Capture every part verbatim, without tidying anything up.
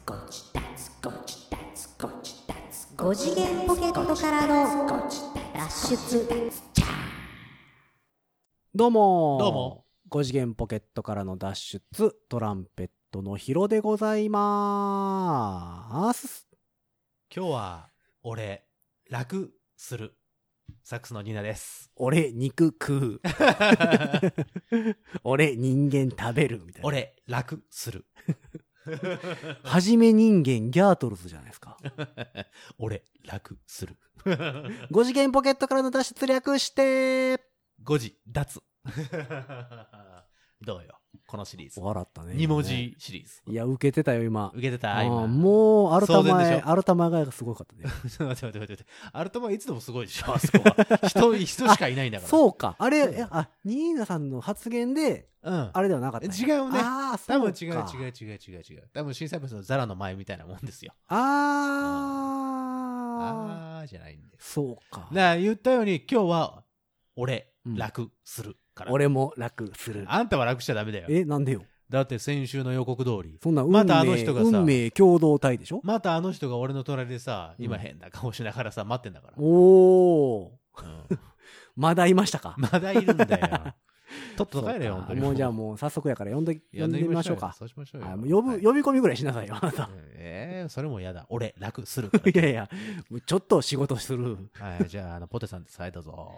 ゴチダツゴチダツゴチダツご次元ポケットからの脱出。 どうもどうもご次元ポケットからの脱出、トランペットのヒロでございます。 今日は俺楽するサックスのニナです。 俺肉食う俺人間食べるみたいな。 俺楽するはじめ人間ギャートルズじゃないですか俺楽するご次元ポケットからの脱出略してご次脱どうよこのシリーズ笑ったね。 に文字シリーズ。 いや受けてたよ今。 受けてたあ今。 もうアルタそうで前しょアルタ前がすごかったねちょっと待って待って待って。アルトマいつでもすごいでしょあそこは。人人しかいないんだから。 そうかあれえあニーナさんの発言でうん。 あれではなかった、ね、 違うね。 ああそうか多分違う違う違う違う違う違う。多分新サービスのザラの前みたいなもんですよ。 あーあーじゃないんです。 そうかだから言ったように今日は俺うん楽するから、 俺も楽する。 あんたは楽しちゃダメだよ。 えなんでよ。 だって先週の予告通りそんな運命、 またあの人がさ運命共同体でしょ。 またあの人が俺の隣でさ、 うん今変な顔しながらさ待ってんだから、 おーうんまだいましたか。 まだいるんだよとっとと帰れよそうか本当に。 もうじゃあもう早速やから呼んで呼んでみましょうか。 そうしましょうよ。 あもう呼ぶ、 はい呼び込みぐらいしなさいよあなたえー、それも嫌だ。俺楽するからいやいやもうちょっと仕事する。 はい、じゃああのポテさんです。はいどうぞ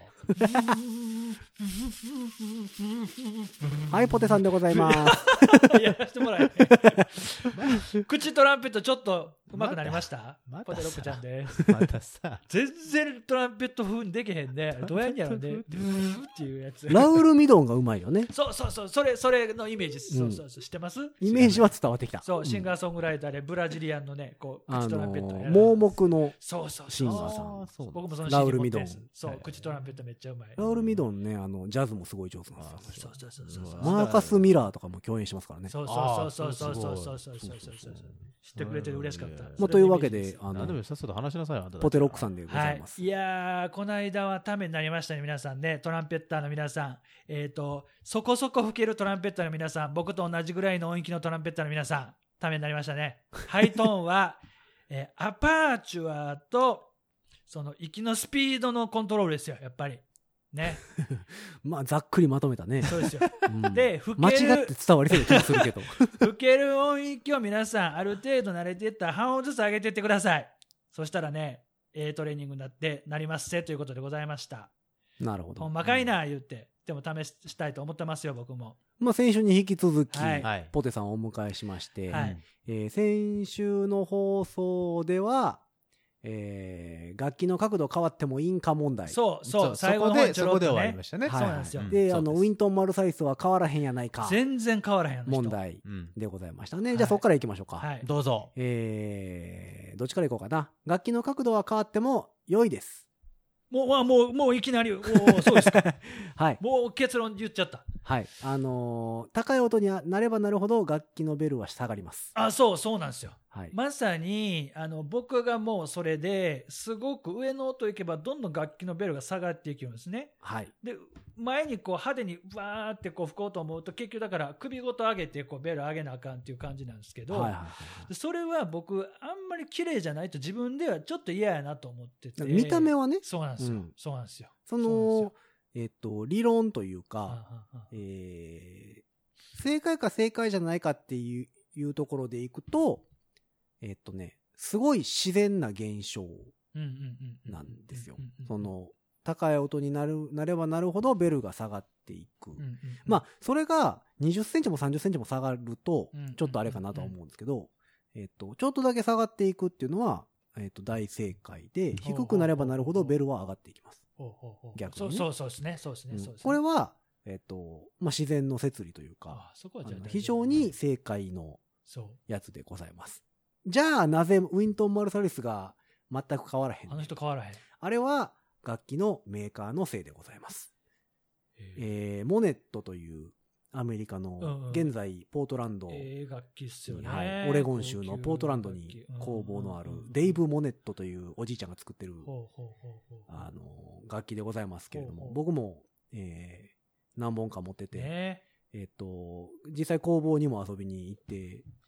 はいポテさんでございますやらせてもらえ口トランペットちょっと上手くなりましたまたポテロックちゃんですまたさ全然トランペット風にできへんねどうやんやろねドゥーっていうやつラウルミドンがうまいよね。 そうそうそうそれそれのイメージです、そうそうそう知ってますイメージは伝わってきた。 そうシンガーソングライターでブラジリアンのねこうあ口トランのペットやるー盲目のそうそうシンそうガーさん。 あーそう僕もそのラウルミドンシーディー 持ってるんですそう、 はい口トランペットめっちゃうまいラウルミドンねあのジャズもすごい上手なんですよ。 そうそうそうそうそうマーカス・ミラーとかも共演してますからね。 そうそうそうそうそうそうそうそうそうそう知ってくれて嬉しかった。 まあ、というわけであの何でもさっさと話しなさいよあんたたちポテロックさんでござはいいま、す。 いやーこの間はためになりましたね皆さんねトランペッターの皆さんえっ、ー、とそこそこ吹けるトランペッターの皆さん僕と同じぐらいの音域のトランペッターの皆さんためになりましたねハイトーンは、えー、アパーチュアとその息のスピードのコントロールですよやっぱりねまあざっくりまとめたね。 そうですようんで吹間ける違って伝わりそうな気がするけど。 吹ける音域を皆さんある程度慣れていったら半音ずつ上げていってくださいそしたらねええトレーニングになってなりますせということでございましたなるほど。 ほんまかいな言ってでも試したいと思ってますよ僕もまあ先週に引き続き、 はいはいポテさんをお迎えしまして、 はいえー先週の放送では、えー楽器の角度変わってもいいんか問題。 そうそうそ最後の方にちょろっそこでそこで終わりとねましたね。 はいそうなんですよで、あのウィンントン・マルサイスは変わらへんやないか全然変わらへんあの人問題うんでございましたね。 はいじゃあそこから行きましょうか。 はいどうぞ。 えーどっちから行こうかな。楽器の角度は変わっても良いです。 もうまあもうもういきなりおーそうですかはい。 もう結論言っちゃったはい。あのー高い音になればなるほど楽器のベルは下がります。 あそうそうなんですよはい。 まさにあの僕がもうそれですごく上の音いけばどんどん楽器のベルが下がっていくんですねはい。 で前にこう派手にわーってこう吹こうと思うと結局だから首ごと上げてこうベル上げなあかんっていう感じなんですけど、 はいはいはいでそれは僕あんまり綺麗じゃないと自分ではちょっと嫌やなと思ってて見た目はね、 そうなんですよ、 うんそうなんですよそそうなんですよの、えっと、理論というあか、 ああえー正解か正解じゃないかっていういうところでいくと、えっとね、すごい自然な現象うんうんうんうんなんですようんうんうん。 その、高い音になる、なればなるほどベルが下がっていく。 うんうんうんまあ、それがにじゅっセンチもさんじゅっセンチも下がるとうん、 ちょっとあれかなとは思うんですけど、えっと、ちょっとだけ下がっていくっていうのは、えっと、大正解で、 ほう低くなればなるほどベルは上がっていきます。 ほうほうほう逆にねそうそうそうですねそうですね、 うんそうですねこれは、えっと、まあ、自然の摂理というか、 あそこはじゃああの非常に正解のそうやつでございます。じゃあ、なぜウィントン・マルサリスが全く変わらへんあの人変わらへんあれは楽器のメーカーのせいでございます。えーモネットというアメリカうんうのん現在ポートランドに、 ええ楽器っすよね、 はい、オレゴン州のポートランドに工房のあるデイブ・モネットというおじいちゃんが作ってるほうほうほうほうあの楽器でございますけれども、 ほうほう僕も、えー何本か持ってて、 ねえっと実際工房にも遊びに行って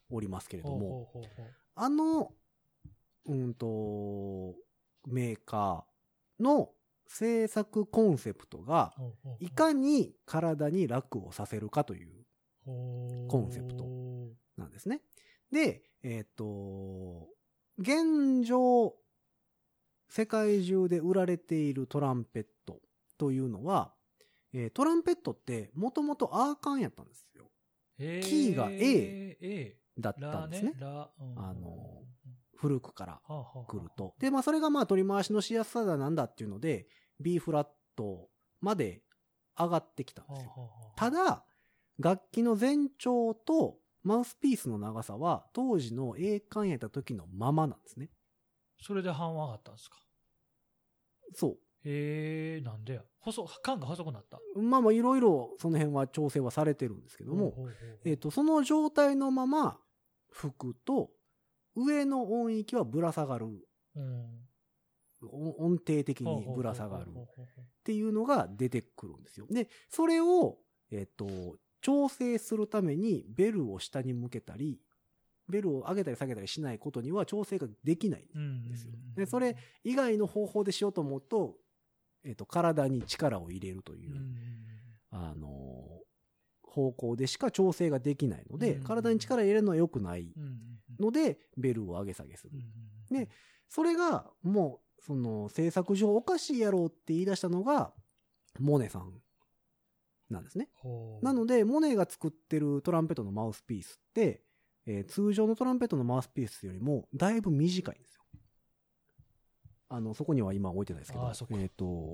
おりますけれどほうも、 ほうほうほうあの、うんと、メーカーの制作コンセプトが、 ほうほうほういかに体に楽をさせるかというほうコンセプトなんですね。で、えっと、現状、世界中で売られているトランペットというのは、えートランペットってもともとアーカンやったんですよ。 へキーが A A だったラねんですね。 ラ、うんあの古くからはあはあはあ来ると。で、まあそれがまあ取り回しのしやすさだなんだっていうので、B フラットまで上がってきたんですよ。 はあはあはあただ、楽器の全長とマウスピースの長さは当時の A 管やった時のままなんですね。 それで半は上がったんですか。 そへえ、なんでや。細、管が細くなった。 う。まあまあいろいろその辺は調整はされてるんですけども、 ほうほうほうほうえっと、その状態のまま吹くと、上の音域はぶら下がる。 うんお音程的にぶら下がるほうほうほうほうっていうのが出てくるんですよ。で、それを、えっと、調整するためにベルを下に向けたり、ベルを上げたり下げたりしないことには調整ができないうんんですよ。で、それ以外の方法でしようと思うと、えっと、体に力を入れるというう、 んあの、方向でしか調整ができないので、 うん体に力入れるのは良くないうんうんので、ベルを上げ下げするうん。 でそれが、もう、その、制作上おかしいやろうって言い出したのが、モネさんなんですね。 ほうなので、モネが作ってるトランペットのマウスピースって、えー通常のトランペットのマウスピースよりも、だいぶ短いんですよ。あの、そこには今置いてないですけど、 あーそっかえっ、と、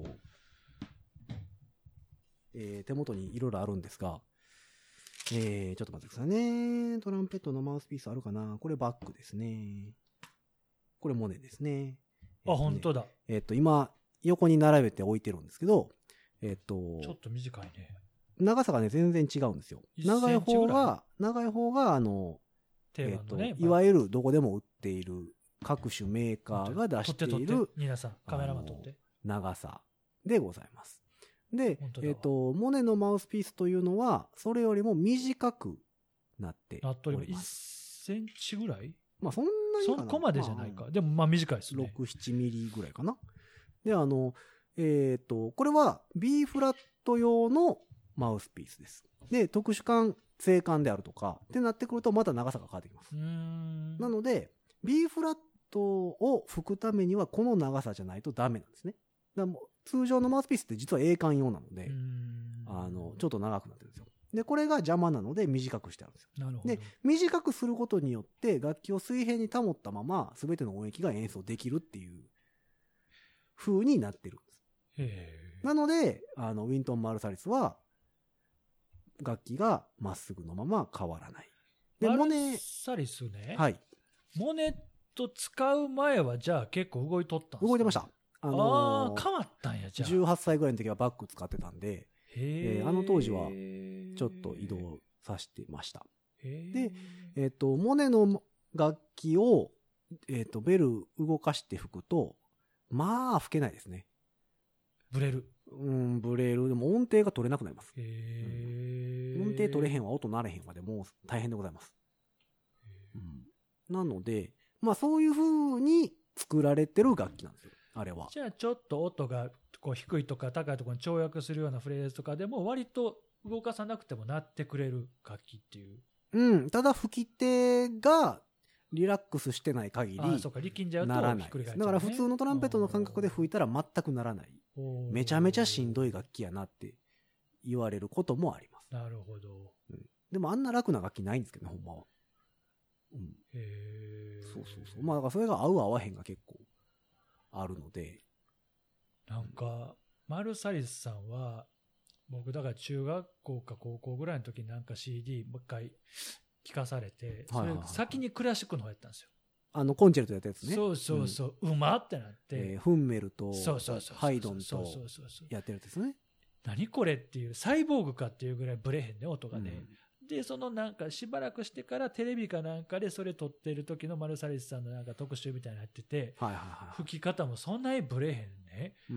えー手元にいろいろあるんですが、えーちょっと待ってくださいね。トランペットのマウスピースあるかな？これバックですね。これモネですね。 あ、本当だ。 だ。 えっ、と、今、横に並べて置いてるんですけど、えっ、と、 ちょっと短いね。 長さがね、全然違うんですよ。 いちセンチ長い方ぐらが、長い方が、あの、 定番のね。 えっといわゆるどこでも売っている各種メーカーが出してい撮って撮るって皆さん、カメラマン撮って。 長さでございます。で本当、だわえっと、モネのマウスピースというのは、それよりも短くなってなっとりも1 おります。 センチぐらいまあ、そんなにかな。 そこまでじゃないか。 までも、まあ短いですあ、 ね。 ろく、ななミリぐらいかな。で、あの、えっと、これは B フラット用のマウスピースです。で、特殊管、正管であるとか、ってなってくるとまた長さが変わってきますうー。ん。 なので、B フラットを吹くためにはこの長さじゃないとダメなんですね。だからもう通常のマウスピースって実は A 管用なので、 うーんあの、ちょっと長くなってるんですよ。で、これが邪魔なので短くしてあるんですよ。 なるほど。 で、短くすることによって楽器を水平に保ったまま全ての音域が演奏できるっていう風になってるんです。 へーなので、あの、ウィントン・マルサリスは楽器がまっすぐのまま変わらない。で、 マルモネ、 サリスね。 はい、 モネと使う前は、じゃあ結構動いとったんですか動いてました。。ああのあ、変わったんや、じゃあ。 じゅうはっさいぐらいの時はバッグ使ってたんで、 へえーあの当時はちょっと移動させてました。 でで、えっ、と、モネの楽器を、えっ、と、ベル動かして吹くと、まあ、吹けないですね。 ブレる。 うん、ブレる。でも音程が取れなくなります。 へー音程取れへんわ、音鳴れへんわでもう大変でございます。うん、なので、まあそういう風に作られてる楽器なんですよ。あれは。 じゃあちょっと音がこう低いとか高いところに跳躍するようなフレーズとかでも割と動かさなくても鳴ってくれる楽器っていう。 うん。ただ吹き手がリラックスしてない限り、 ああ、そうか、力んじゃうとならないひっくり返っちゃうね。 です。だから普通のトランペットの感覚で吹いたら全くならない。 おーめちゃめちゃしんどい楽器やなって言われることもあります。 なるほど。 でもあんな楽な楽器ないんですけどね、ほんまは。うん。 へえ。 そうそうそう。まあだからそれが合う合わへんが結構あるので。 なんか、マルサリスさんは、僕だから中学校か高校ぐらいの時になんか シーディー もう一回聞かされて、それはいはいはい先にクラシックの方やったんですよ。 あの、コンチェルトやったやつね。 そうそうそう、うまってなって、 えーフンメルとそうそうそうそうハイドンとそうそうそうそうやってるやつですね。 何これっていうサイボーグかっていうぐらいブレへんね音がね、 うんでそのなんかしばらくしてからテレビかなんかでそれ撮ってる時のマルサリスさんのなんか特集みたいなのやってて、 はいはいはい。 吹き方もそんなにブレへんね。 うん。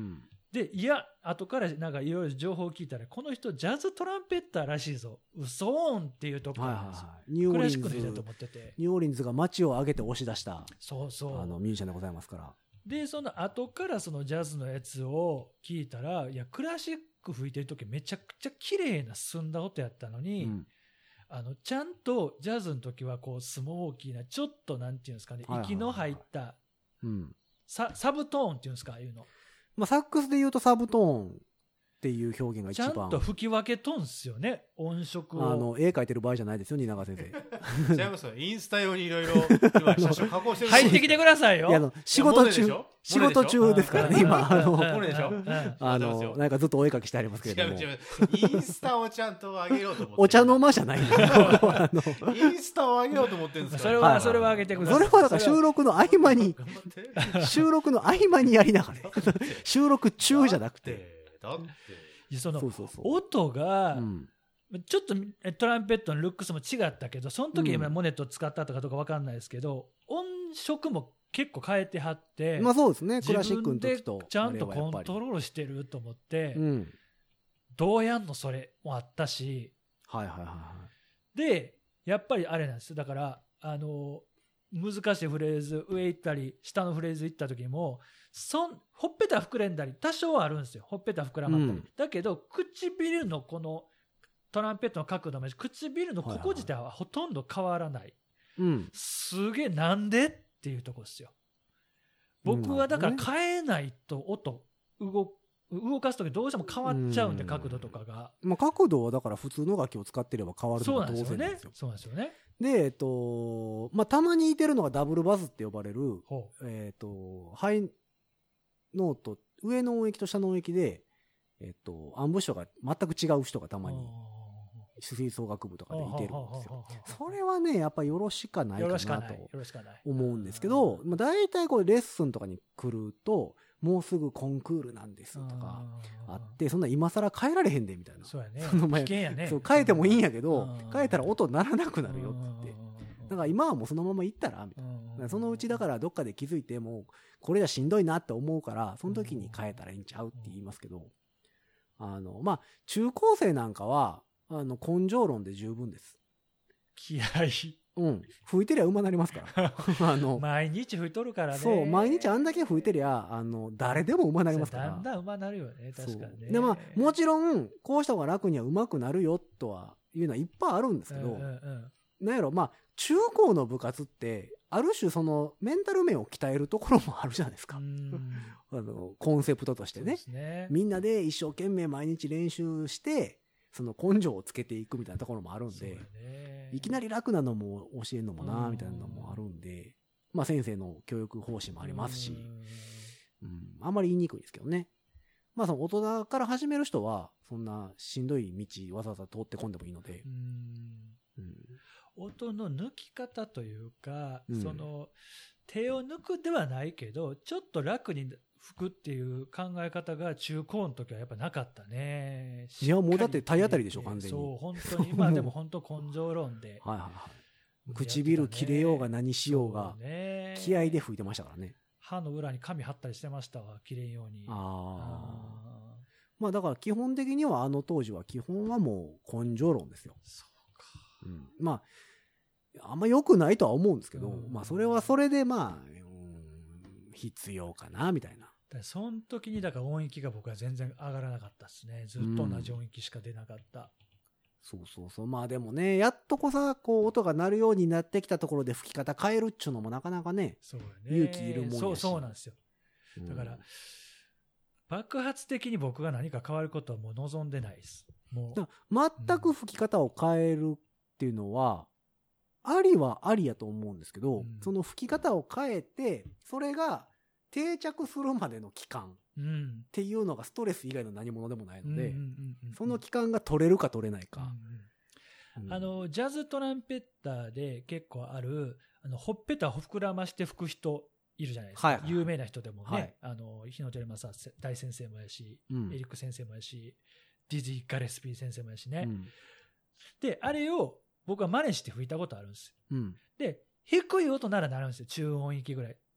で、いや、後からなんかいろいろ情報を聞いたら、この人ジャズトランペッターらしいぞ。嘘ーんっていうところはいなんですよ。 はいはい。ニューオクーリンズラシックの人だと思ってて。 ニューオーリンズが街を挙げて押し出したそうそう。 あのミュージシャンでございますから。 で、その後からそのジャズのやつを聞いたら、いや、クラシック吹いてる時めちゃくちゃ綺麗な澄んだ音やったのに、 うんあの、ちゃんとジャズの時はこうスモーキーな、ちょっとなんていうんですかね、 はいはいはい息の入ったうん。 ササブトーンっていうんですか、ああいうの。 まあ、サックスで言うとサブトーンっていう表現が一ちゃん番。 と吹き分けとんすよね、音色を。 あの、絵描いてる場合じゃないですよ、蜷川先生。 違いますよ。インスタ用にいろいろ今写真加工してる。 入ってきてくださいよ。 いや、あの、仕事中モネでしょ、 仕事中ですからね、今。あの、 これでしょうんうんうんあの、なんかずっとお絵描きしてありますけ違れども。 う違う。インスタをちゃんと上げようと思って。 お茶の間じゃないんだよ。あのインスタを上げようと思ってるんですから。 それは、 はいそれは上げてください。 それはだから収録の合間に、 頑張って。 収録の合間にやりながら、収録中じゃなくて。 だって。 そのそうそうそう。 音が、 うんちょっとえトランペットのルックスも違ったけど、その時うん今モネット使ったとかどうか分かんないですけど、音色も結構変えてはって、 まあそうですね、ク自ラシックの分で時と。 ちゃんとコンあれはやっぱりトロールしてると思って、 うん。 どうやんのそれもあったし、 はいはいはいはで、やっぱりあれなんですよ。だから、あの、難しいフレーズ、上行ったり、下のフレーズ行った時も、そんほっぺた膨れんだり、多少はあるんですよ。ほっぺた膨らまったり。 うんだけど、唇のこのトランペットの角度も、唇のここ自体はほとんど変わらない。 い。うん。 すげえ、なんでっていうとこですよ。僕はだから変えないと音、動動かすときどうしても変わっちゃうんで、 うん角度とかが。 まあ角度はだから普通の楽器を使ってれば変わるのそうが当なんですよね然なんですよ。。 そうなんですよね。 で、えっと、まあたまにいてるのがダブルバズって呼ばれる、 ほえっと、ハイノート、上の音域と下の音域で、えっと、アンブッシュが全く違う人がたう。 まに吹奏楽部とかでいてるんですよ。 よそれはね、やっぱよろしかないかよろしかなない。よとろしかない。 思うんですけど、まあ大体これレッスンとかに来ると、もうすぐコンクールなんですとかあって、そんな今更変えられへんでみたいな。 そうやね。 その前危険やね。 そう変えてもいいんやけどうん、 変えたら音鳴らなくなるよって言って。だから今はもうそのまま行ったらみたいな。だからそのうちだからどっかで気づいてもうこれじゃしんどいなって思うからその時に変えたらいいんちゃうって言いますけど、あのまあ中高生なんかはあの根性論で十分です。 気合うん、吹いてりゃうまなりますからあの毎日吹いとるからね。 そう毎日あんだけ吹いてりゃあの誰でもうまなりますからだんだん上手なるよね。確かにね。 そうでまあもちろんこうした方が楽にはうまくなるよとはいうのはいっぱいあるんですけど、 うんうんうんなんやろ、まあ、中高の部活って、ある種そのメンタル面を鍛えるところもあるじゃないですか。 うんあの、コンセプトとしてね。 そうですね。 みんなで一生懸命毎日練習して、その根性をつけていくみたいなところもあるんで、 そうやねいきなり楽なのも教えるのもうな、 んみたいなのもあるんで、まあ先生の教育方針もありますし、うん、あんまり言いにくいですけどね。まあその大人から始める人は、そんなしんどい道わざわざ通ってこんでもいいのでう、んうん音の抜き方というか、 うんその手を抜くではないけどちょっと楽に吹くっていう考え方が中高の時はやっぱなかったね。 いやもうだって体当たりでしょ完全にそう本当に今でも本当根性論ではいはいはい。唇切れようが何しようが、 ね気合で吹いてましたからね。 歯の裏に紙貼ったりしてましたわ、切れんように。 ああ。 あまあだから基本的にはあの当時は基本はもう根性論ですよ。 そうか。 うん、まあ、あんま良くないとは思うんですけど、 うんまあそれはそれでまあ、うん、必要かな、みたいな。 だからその時にだから音域が僕は全然上がらなかったですね。ずっと同じ音域しか出なかった。 そうそうそう。まあでもね、やっとこさ、こう音が鳴るようになってきたところで吹き方変えるっちゅうのもなかなかね。 そうよね。 勇気いるもんやしそうそうなんですよ。 うんだから、爆発的に僕が何か変わることはもう望んでないです。もう。 だから全く吹き方を変えるっていうのは、ありはありやと思うんですけど、 うんその吹き方を変えて、それが定着するまでの期間っうん。 ていうのがストレス以外の何物でもないので、 うんうんうんうんその期間が取れるか取れないか。 うんうんうんあの、ジャズトランペッターで結構ある、あの、ほっぺたを膨らまして吹く人いるじゃないですか。 はいはいはい有名な人でもね、 はいあの、日野照正大先生もやし、 うんエリック先生もやし、ディズィー・ガレスピー先生もやしね。 うんで、あれを僕は真似して吹いたことあるんですよ。 うんで、低い音ならなるんですよ。中音域ぐらい。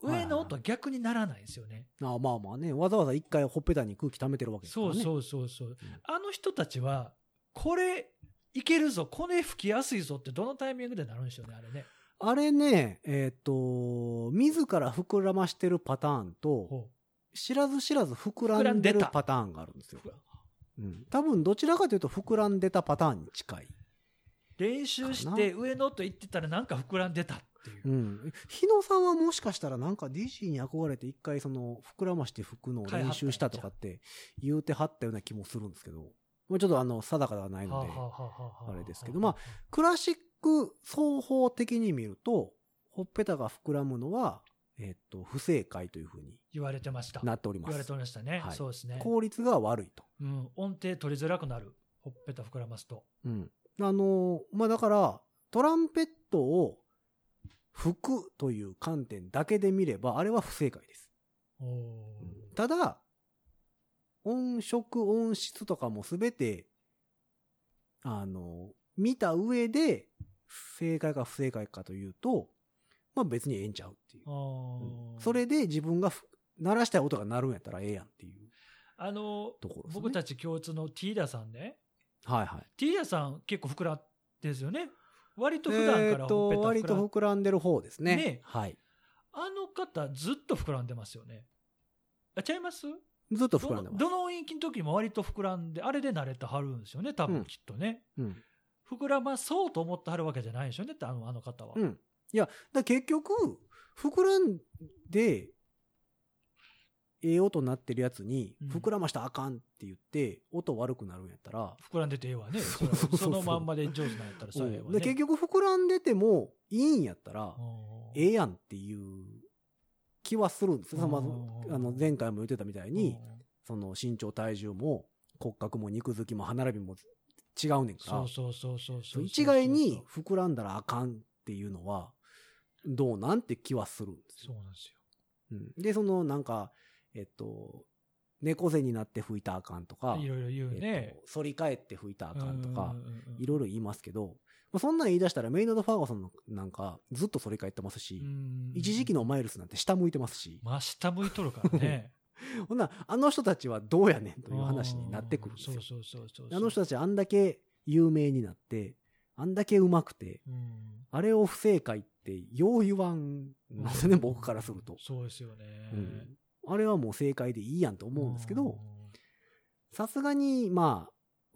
上の音は逆にならないんですよね。 あまあまあね、わざわざ一回ほっぺたに空気溜めてるわけですからね。 そうそうそうそう。あの人たちは、これ、いけるぞ、これ吹きやすいぞってどのタイミングでなるんでしょうね、あれね。 あれね、えっ、と、自ら膨らましてるパターンと、 ほ知らず知らず膨らんでるパターンがあるんですよ。うん、多分どちらかというと膨らんでたパターンに近い。 練習して上の音言ってたらなんか膨らんでたっていう。 うん。日野さんはもしかしたらなんか ディージー に憧れて一回その膨らまして吹くのを練習したとかって言うてはったような気もするんですけど、もうちょっとあの定かではないので、あれですけど、まあ、クラシック奏法的に見ると、ほっぺたが膨らむのは、えっと、不正解というふうに言われてました。 なっております。 言われておりましたね。 はい、 そうですね。 効率が悪いと。 うん。音程取りづらくなる。ほっぺた膨らますと。 うん。あの、まあ、だから、トランペットを吹くという観点だけで見れば、あれは不正解です。 おうん、ただ、音色、音質とかもすべて、あの、見た上で、正解か不正解かというと、まあ別にええんちゃうっていう。うん、それで自分が鳴らしたい音が鳴るんやったらええやんっていう。 あの、 ところですね、 僕たち共通のティーダさんね。 はいはい。 ティーダさん結構膨らんでるんですよね。割と普段からほっぺた膨らんでる。えーと、 割と膨らんでる方ですね。 ね。 はい。 あの方ずっと膨らんでますよね。あ、ちゃいます？ ずっと膨らんでます。 どの音域の時も割と膨らんで、あれで慣れてはるんですよね、多分きっとね。 うん。うん、 膨らまそうと思ってはるわけじゃないでしょうね、あのあの方は。 うん。いや、だ結局、膨らんで、ええ音になってるやつに、 うん、 膨らましたらあかんって言って、音悪くなるんやったら。 膨らんでてええわね。そ, そのまんまで上手なんやったらそうええわね。 で結局膨らんでてもいいんやったら、ええやんっていう気はするんですよ。まず、あの、前回も言ってたみたいに、その身長体重も骨格も肉付きも歯並びも違うねんから。 そうそうそうそう。 一概に膨らんだらあかんっていうのは、どうなんて気はするんですよ。そうなんですよ。 うん。で、そのなんか、えっと、猫背になって吹いたらあかんとか、 いろいろ言うね。 えっと、反り返って吹いたらあかんとか、いろいろ言いますけど、そんなん言い出したらメイナード・ファーガソンなんかずっと反り返ってますし、一時期のマイルスなんて下向いてますし。 まあ、下向いとるからね。 ほんなあの人たちはどうやねんという話になってくるんですよ。 そうそうそうそう。 あの人たちあんだけ有名になって、あんだけ上手くて、あれを不正解ってよう言わんのですね、僕からすると。 そうですよね、 うん。あれはもう正解でいいやんと思うんですけど、さすがに、まあ、うん、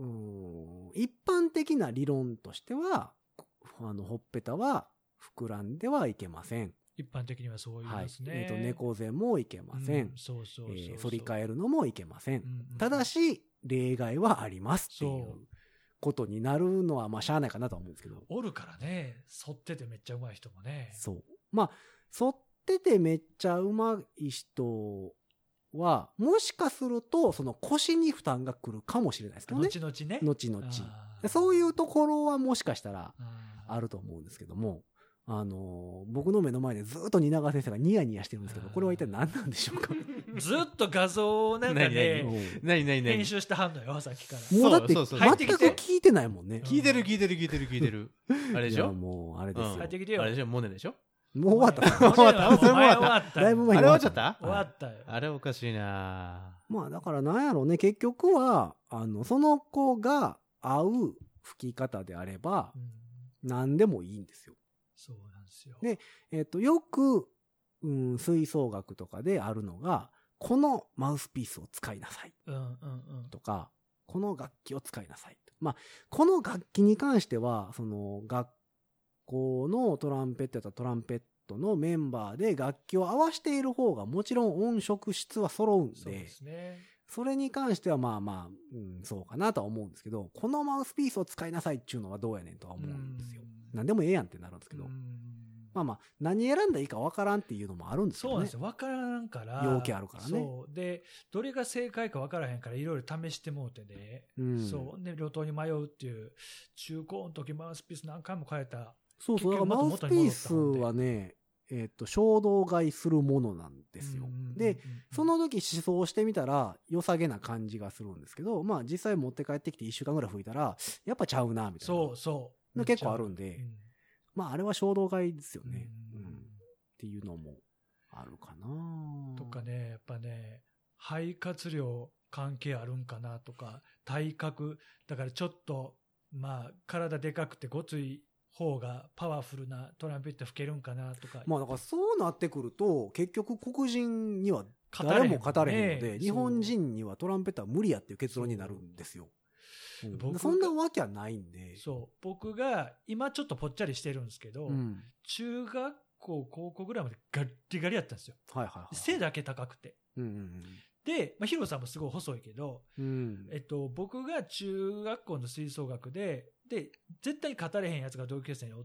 一般的な理論としては、あの、ほっぺたは膨らんではいけません。 一般的にはそう言いますね。 はい、えっと、猫背もいけません。 そうそうそう。 えー、反り返るのもいけません。うんうん、ただし、例外はありますっていうことになるのは、まあ、しゃあないかなとは思うんですけど。 おるからね、反っててめっちゃ上手い人もね。 そう。まあ、反っててめっちゃ上手い人は、もしかすると、その腰に負担が来るかもしれないですけどね。 後々ね。 後々。そういうところはもしかしたらあると思うんですけども、あのー、僕の目の前でずっと蜷川先生がニヤニヤしてるんですけど、これは一体何なんでしょうか。 ずっと画像をなんかで編集してはんのよ、さっきから。 もうだって全く聞いてないもんね。 聞いてる聞いてる聞いてる聞いてる。あれでしょ。 もうあれですよ。 入ってきてよ。 あれでしょ、モネでしょ。 もう終わった。 終わった。それも終わった。 だいぶ前に終わっちゃった。 終わったよ。 あれおかしいな。 まあだからなんやろうね、結局はあのその子が合う吹き方であれば何でもいいんですよ。 そうなんですよ。 で、えっとよく、うん、吹奏楽とかであるのが、このマウスピースを使いなさいとか、この楽器を使いなさい。まあこの楽器に関してはその学校のトランペットやったらトランペットのメンバーで楽器を合わせている方がもちろん音色質は揃うんで、そうですね、それに関してはまあまあ、うん、そうかなとは思うんですけど、このマウスピースを使いなさいっていうのはどうやねんとは思うんですよ。何でもええやんってなるんですけど、まあまあ何選んだらいいか分からんっていうのもあるんですよね。 そうなんですよ。分からんから要件あるからね。 そうでどれが正解か分からへんからいろいろ試してもうてね、うん、そうで路頭に迷うっていう中高の時マウスピース何回も変えた。 そうそう、だからマウスピースはね、えっと、衝動買いするものなんですよ。で、その時試奏してみたら、良さげな感じがするんですけど、まあ実際持って帰ってきていっしゅうかんぐらい吹いたら、やっぱちゃうな、みたいな。 そうそう。 結構あるんで、うん、まああれは衝動買いですよね。うん、っていうのもあるかなとかね、やっぱね、肺活量関係あるんかなとか、体格、だからちょっと、まあ、体でかくてごつい方がパワフルなトランペット吹けるんかなとか。 まあだからそうなってくると、結局黒人には誰も語れへんので、 ね、 日本人にはトランペットは無理やっていう結論になるんですよ。うん、 僕そんなわけはないんで。 そう。僕が、今ちょっとぽっちゃりしてるんですけど、 うん、 中学校、高校ぐらいまでガッリガリやったんですよ。 はいはいはい。 背だけ高くて。 うんうんうん、 で、まあ、ヒロさんもすごい細いけど、 うん、 えっと、僕が中学校の吹奏楽で、で、絶対語れへんやつが同級生におって、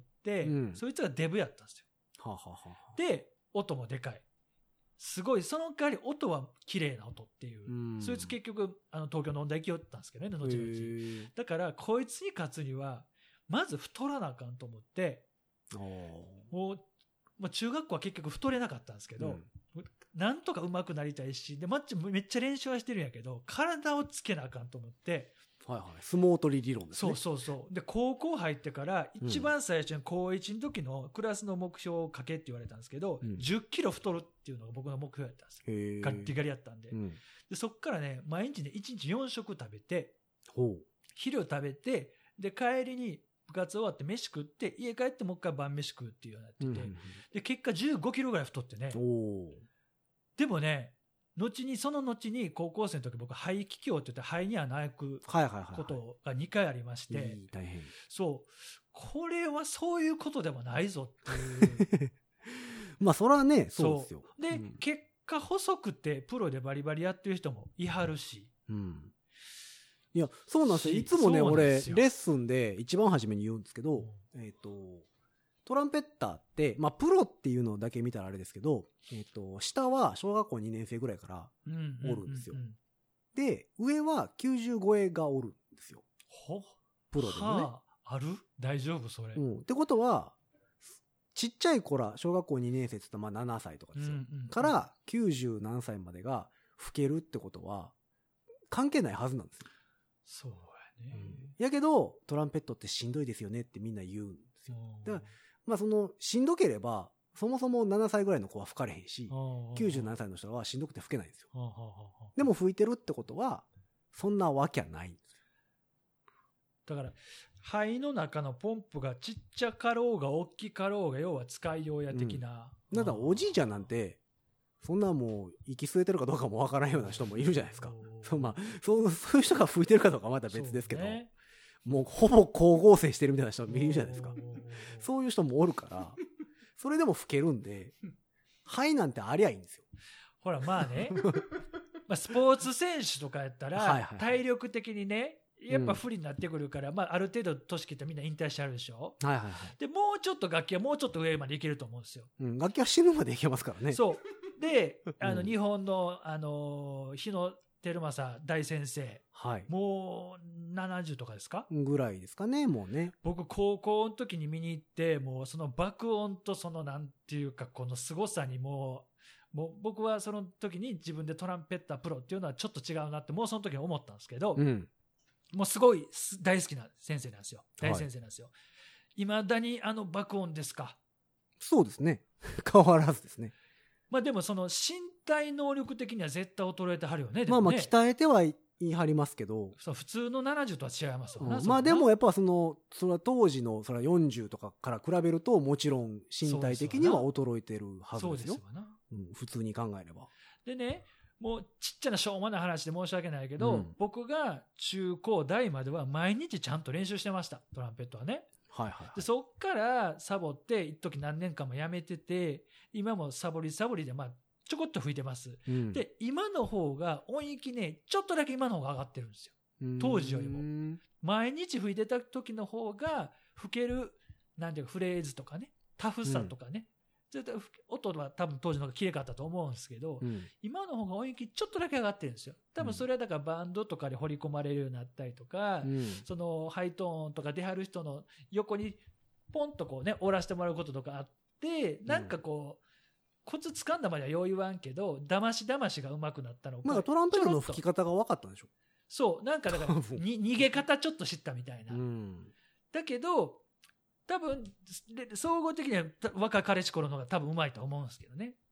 うん、そいつがデブやったんですよ。 はあはあはあ、 で、音もでかい。すごい、その代わり音は綺麗な音っていう。うん、そいつ結局、あの、東京の音大行きよったんですけどね、後々。だから、こいつに勝つには、まず太らなあかんと思って、もう、まあ、中学校は結局太れなかったんですけど、うん、なんとか上手くなりたいし、で、マッチめっちゃ練習はしてるんやけど、体をつけなあかんと思って、 はいはい。相撲取り理論ですね。 そうそうそう。で、高校入ってから、一番最初に高いちの時のクラスの目標を書けって言われたんですけど、うん、じゅっキロ太るっていうのが僕の目標やったんですよ。ガッリガリやったんで。うん、でそっからね、毎日ね、いちにちよん食食べて、昼食べて、で、帰りに部活終わって飯食って、家帰ってもう一回晩飯食うっていうようになってて、うん、で、結果じゅうごキロぐらい太ってね。でもね、後に、その後に高校生の時僕肺気胸って言って肺に穴開くことがにかいありまして、 大変。 そう、これはそういうことでもないぞっていう。 まあそれはね、そうですよ。 で、うん、結果細くてプロでバリバリやってる人もいはるし。 うん。いや、そうなんですよ。いつもね、俺、レッスンで一番初めに言うんですけど、うん、えっと、トランペッターって、まあ、プロっていうのだけ見たらあれですけど、えっと、下は小学校にねん生ぐらいからおるんですよ。うんうんうんうん、で、上はきゅうじゅう超えがおるんですよ。 ほプロでもね。 はあ、ある？大丈夫それ、 うん。ってことは、ちっちゃい子ら、小学校にねん生って言ったらまあななさいとかですよ。うんうんうん、からきゅうじゅう何歳までが吹けるってことは、関係ないはずなんですよ。 そうやね、 うん。やけど、トランペットってしんどいですよねってみんな言うんですよ。だからまあその、しんどければ、そもそもななさいぐらいの子は吹かれへんし、きゅうじゅうななさいの人はしんどくて吹けないんですよ。でも吹いてるってことは、そんなわけはないんですよ。 だから、肺の中のポンプがちっちゃかろうが大きかろうが、要は使いようや的な。 うん、だからおじいちゃんなんて、そんなもう息吸えてるかどうかもわからんような人もいるじゃないですか。そう、まあ、そう、そういう人が吹いてるかどうかはまた別ですけど。もうほぼ光合成してるみたいな人もいるじゃないですか。そういう人もおるから、それでも吹けるんで、肺なんてありゃいいんですよ。 ほら、まあね、まあスポーツ選手とかやったら、体力的にね、やっぱ不利になってくるから、うん、まあある程度年切ってみんな引退してあるでしょ。 はいはいはい。 で、もうちょっと楽器はもうちょっと上までいけると思うんですよ。 うん、楽器は死ぬまでいけますからね。 そう。で、あの、日本の、あの、日野照正大先生。 はい。 もうななじゅうとかですかぐらいですかね、もうね。 僕、高校の時に見に行って、もうその爆音とそのなんていうか、この凄さにもう、もう僕はその時に自分でトランペッタープロっていうのはちょっと違うなって、もうその時に思ったんですけど、うん、もうすごい大好きな先生なんですよ。大先生なんですよ。いま、はい、だにあの爆音ですか？ そうですね。変わらずですね。 まあでもその身体能力的には絶対衰えてはるよね。 まあまあ鍛えてはい言い張りますけど。 そう、普通のななじゅうとは違いますよね。 うん、まあでもやっぱその、それは当時のそれはよんじゅうとかから比べるともちろん身体的には衰えてるはずですよ。そうですよな。うん、普通に考えれば。 でね、もうちっちゃなしょうもない話で申し訳ないけど、うん、僕が中高大までは毎日ちゃんと練習してました。トランペットはね。 はいはいはい、 でそっからサボって一時何年間もやめてて、今もサボりサボりでまあちょこっと吹いてます、うん、で今の方が音域ねちょっとだけ今の方が上がってるんですよ。当時よりも毎日吹いてた時の方が吹けるなんていうかフレーズとかね、タフさとかね、うん、音は多分当時の方が綺麗かったと思うんですけど、うん、今の方が音域ちょっとだけ上がってるんですよ。多分それはだからバンドとかで掘り込まれるようになったりとか、うん、そのハイトーンとか出はる人の横にポンとこうね折らしてもらうこととかあって、なんかこう、うん、コツ掴んだまではよう言わんけど、だましだましが上手くなったのか。 まあトランペットの吹き方が分かったんでしょ。 そう、なんかだからに逃げ方ちょっと知ったみたいな。うん、だけど多分総合的には若い彼氏頃の方が多分上手いと思うんですけどね。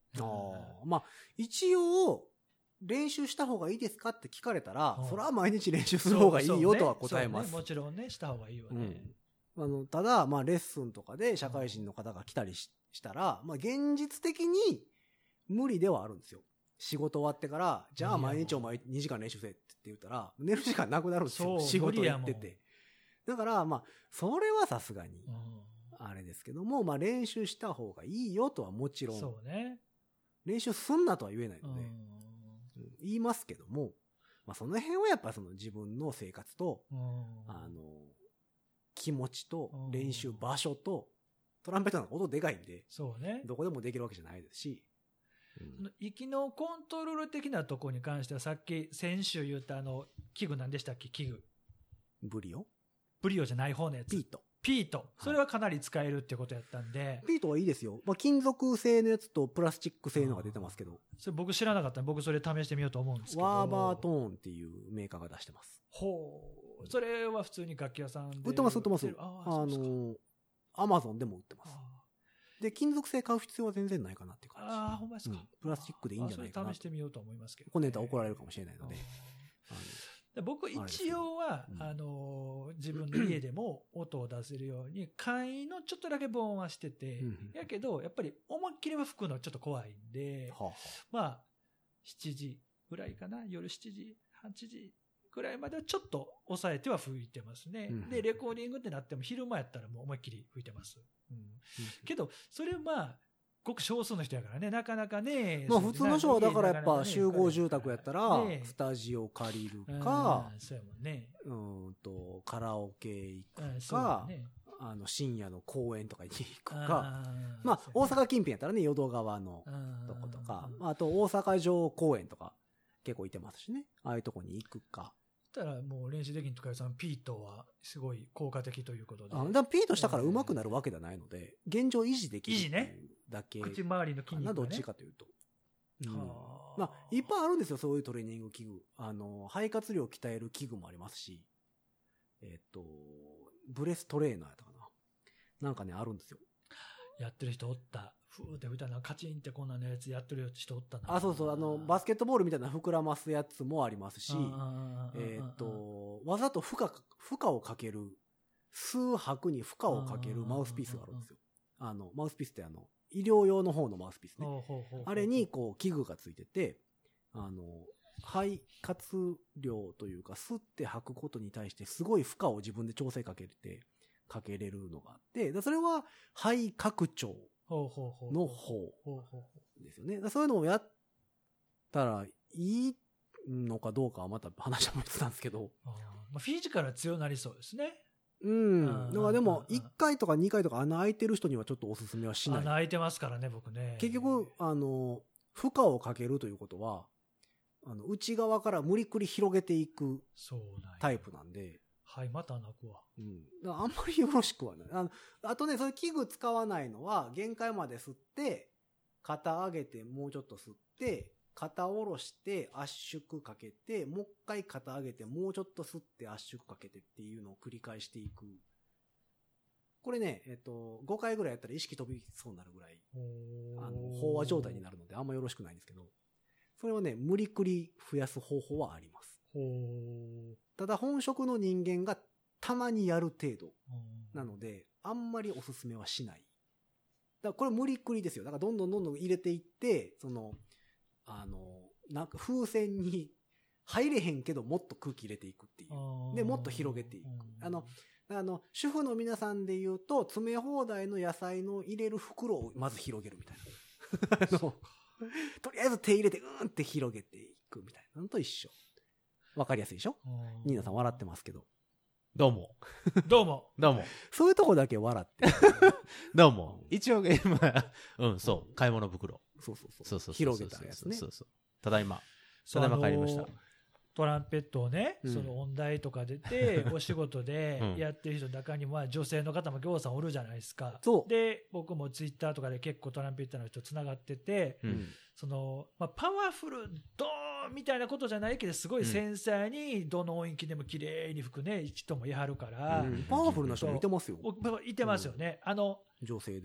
ああ、まあ、一応、練習した方がいいですかって聞かれたら、 うんそれは毎日練習する方がいいよとは答えます。 そうねそうねもちろんね、した方がいいわね。 うん、あのただ、まあ、レッスンとかで社会人の方が来たり し, したら、まあ、現実的に無理ではあるんですよ。仕事終わってから、じゃあ毎日お前にじかん練習せって言ったら、寝る時間なくなるんですよ。 そう仕事無理やもん行ってて。だから、まあ、それはさすがに、 うんあれですけども、まあ、練習した方がいいよとはもちろん、 そうね。 練習すんなとは言えないので、 うんうん言いますけども、まあ、その辺はやっぱその自分の生活と、 うんあの、気持ちとうん練習場所と、トランペットなんか音でかいんで、 そうね。 どこでもできるわけじゃないですし、うん息のコントロール的なところに関しては、さっき先週言ったあの器具何でしたっけ、器具。 ブリオブリオじゃない方のやつ。 ピート。 ピート。それはかなり使えるってことやったんで、 ピートはいいですよ。まあ、金属製のやつとプラスチック製のが出てますけど、 それ僕知らなかったんで、僕それ試してみようと思うんですけど。 ワーバートーンっていうメーカーが出してます。 ほう。それは普通に楽器屋さんで。 売ってます、売ってます。 あああそうですかの、アマゾンでも売ってます。 あで、金属製買う必要は全然ないかなっていう感じ。 あー、ほんまですか、 うんプラスチックでいいんじゃないかなあそれ試してみようと思いますけど、 こねたら怒られるかもしれないので。あので僕一応は、 うんあのー自分の家でも音を出せるように簡易のちょっとだけ防音はしてて、 うんやけどやっぱり思いっきりは吹くのちょっと怖いんで、 はあはまあしちじぐらいかな、夜しちじはちじぐらいまではちょっと抑えては吹いてますね、 うんでレコーディングってなっても昼間やったらもう思いっきり吹いてます、うん、 あけどそれはまあごく少数の人やからね、なかなかね。 まあ普通の人はだからやっぱ集合住宅宅やったらね、 スタジオ借りるか、 そうやもんね。 うーんと、カラオケ行うんくそうだか、 ねあの深夜の公園とかに行くか、 あーまあ大そうやね阪近辺やったらね、淀川のとことかうん、 あと大阪城公園とか結構いてますしね、ああいうとこに行くか。 だったらもう練習できんとかさん、ピートはすごい効果的ということで。 あだからピートしたから上手くなるわけではないので、現状維持できるってい維持ねうだけ口周りの筋肉がね。 かな、どっちかというと。うんはあまあ、いっぱいあるんですよ、そういうトレーニング器具。あの、肺活量を鍛える器具もありますし、えっと、ブレストレーナーやったかな。なんかね、あるんですよ。 やってる人おった。ふーって吹いたらカチンってこんなのやつやってる人おったな。 あ、そうそう、あの、バスケットボールみたいな膨らますやつもありますし、 あーえっ、と、わざと負荷、負荷をかける、数拍に負荷をかけるマウスピースがあるんですよ。あの、マウスピースってあの、医療用の方のマウスピースね。 ほうほうほうほうあれに、こう、器具がついてて、あの、肺活量というか、吸って吐くことに対してすごい負荷を自分で調整かけて、かけれるのがあって、でそれは肺拡張ほうほうほうの方ほうほうほですよね。だそういうのをやったらいいのかどうかはまた話は別なんですけど。 うあーまあ、フィジカルは強くなりそうですね。 うん。 あーだからでも、 うんいっかいとかにかいとか穴開いてる人にはちょっとおすすめはしない。 穴開いてますからね、僕ね。 結局、あの、負荷をかけるということは、あの、内側から無理くり広げていくそうなんやタイプなんで、 はい、また穴開くわ。 うん。だからあんまりよろしくはない。あの、あとね、そういう器具使わないのは、限界まで吸って、肩上げてもうちょっと吸って、肩下ろして圧縮かけて、もう一回肩上げてもうちょっと吸って圧縮かけてっていうのを繰り返していく。これね、えっと、ごかいぐらいやったら意識飛びそうになるぐらい、あの、飽和状態になるのであんまよろしくないんですけど、それをね、無理くり増やす方法はあります。 ほう。 ただ本職の人間がたまにやる程度うんなので、あんまりおすすめはしない。だからこれ無理くりですよ。だからどんどんどんどん入れていって、その、あの、なんか風船に入れへんけどもっと空気入れていくっていう。でもっと広げていくあの、あの、主婦の皆さんで言うと、詰め放題の野菜の入れる袋をまず広げるみたいな。あの、とりあえず手入れて、うーんって広げていくみたいなのと一緒。わかりやすいでしょニーナさん笑ってますけど。 どうも。 どうも。 どうも。 そういうとこだけ笑って。 どうも。一応、今、うん、そう。買い物袋。 そうそうそう。 そうそうそう。 広げたやつね。 そうそう。ただいま。 そうただいま帰りましたあの。トランペットをね、 うんその音大とか出て、お仕事でうんやってる人の中には女性の方もぎょうさんおるじゃないですか。 そうで、僕もツイッターとかで結構トランペットの人つながってて、 うん。 その、まあ、パワフルドーンみたいなことじゃないけど、すごい繊細にどの音域でも綺麗に吹くね、人もいはるから、 うんパワフルな人もいてますよ。 おいてますよね。あの、 女性でも。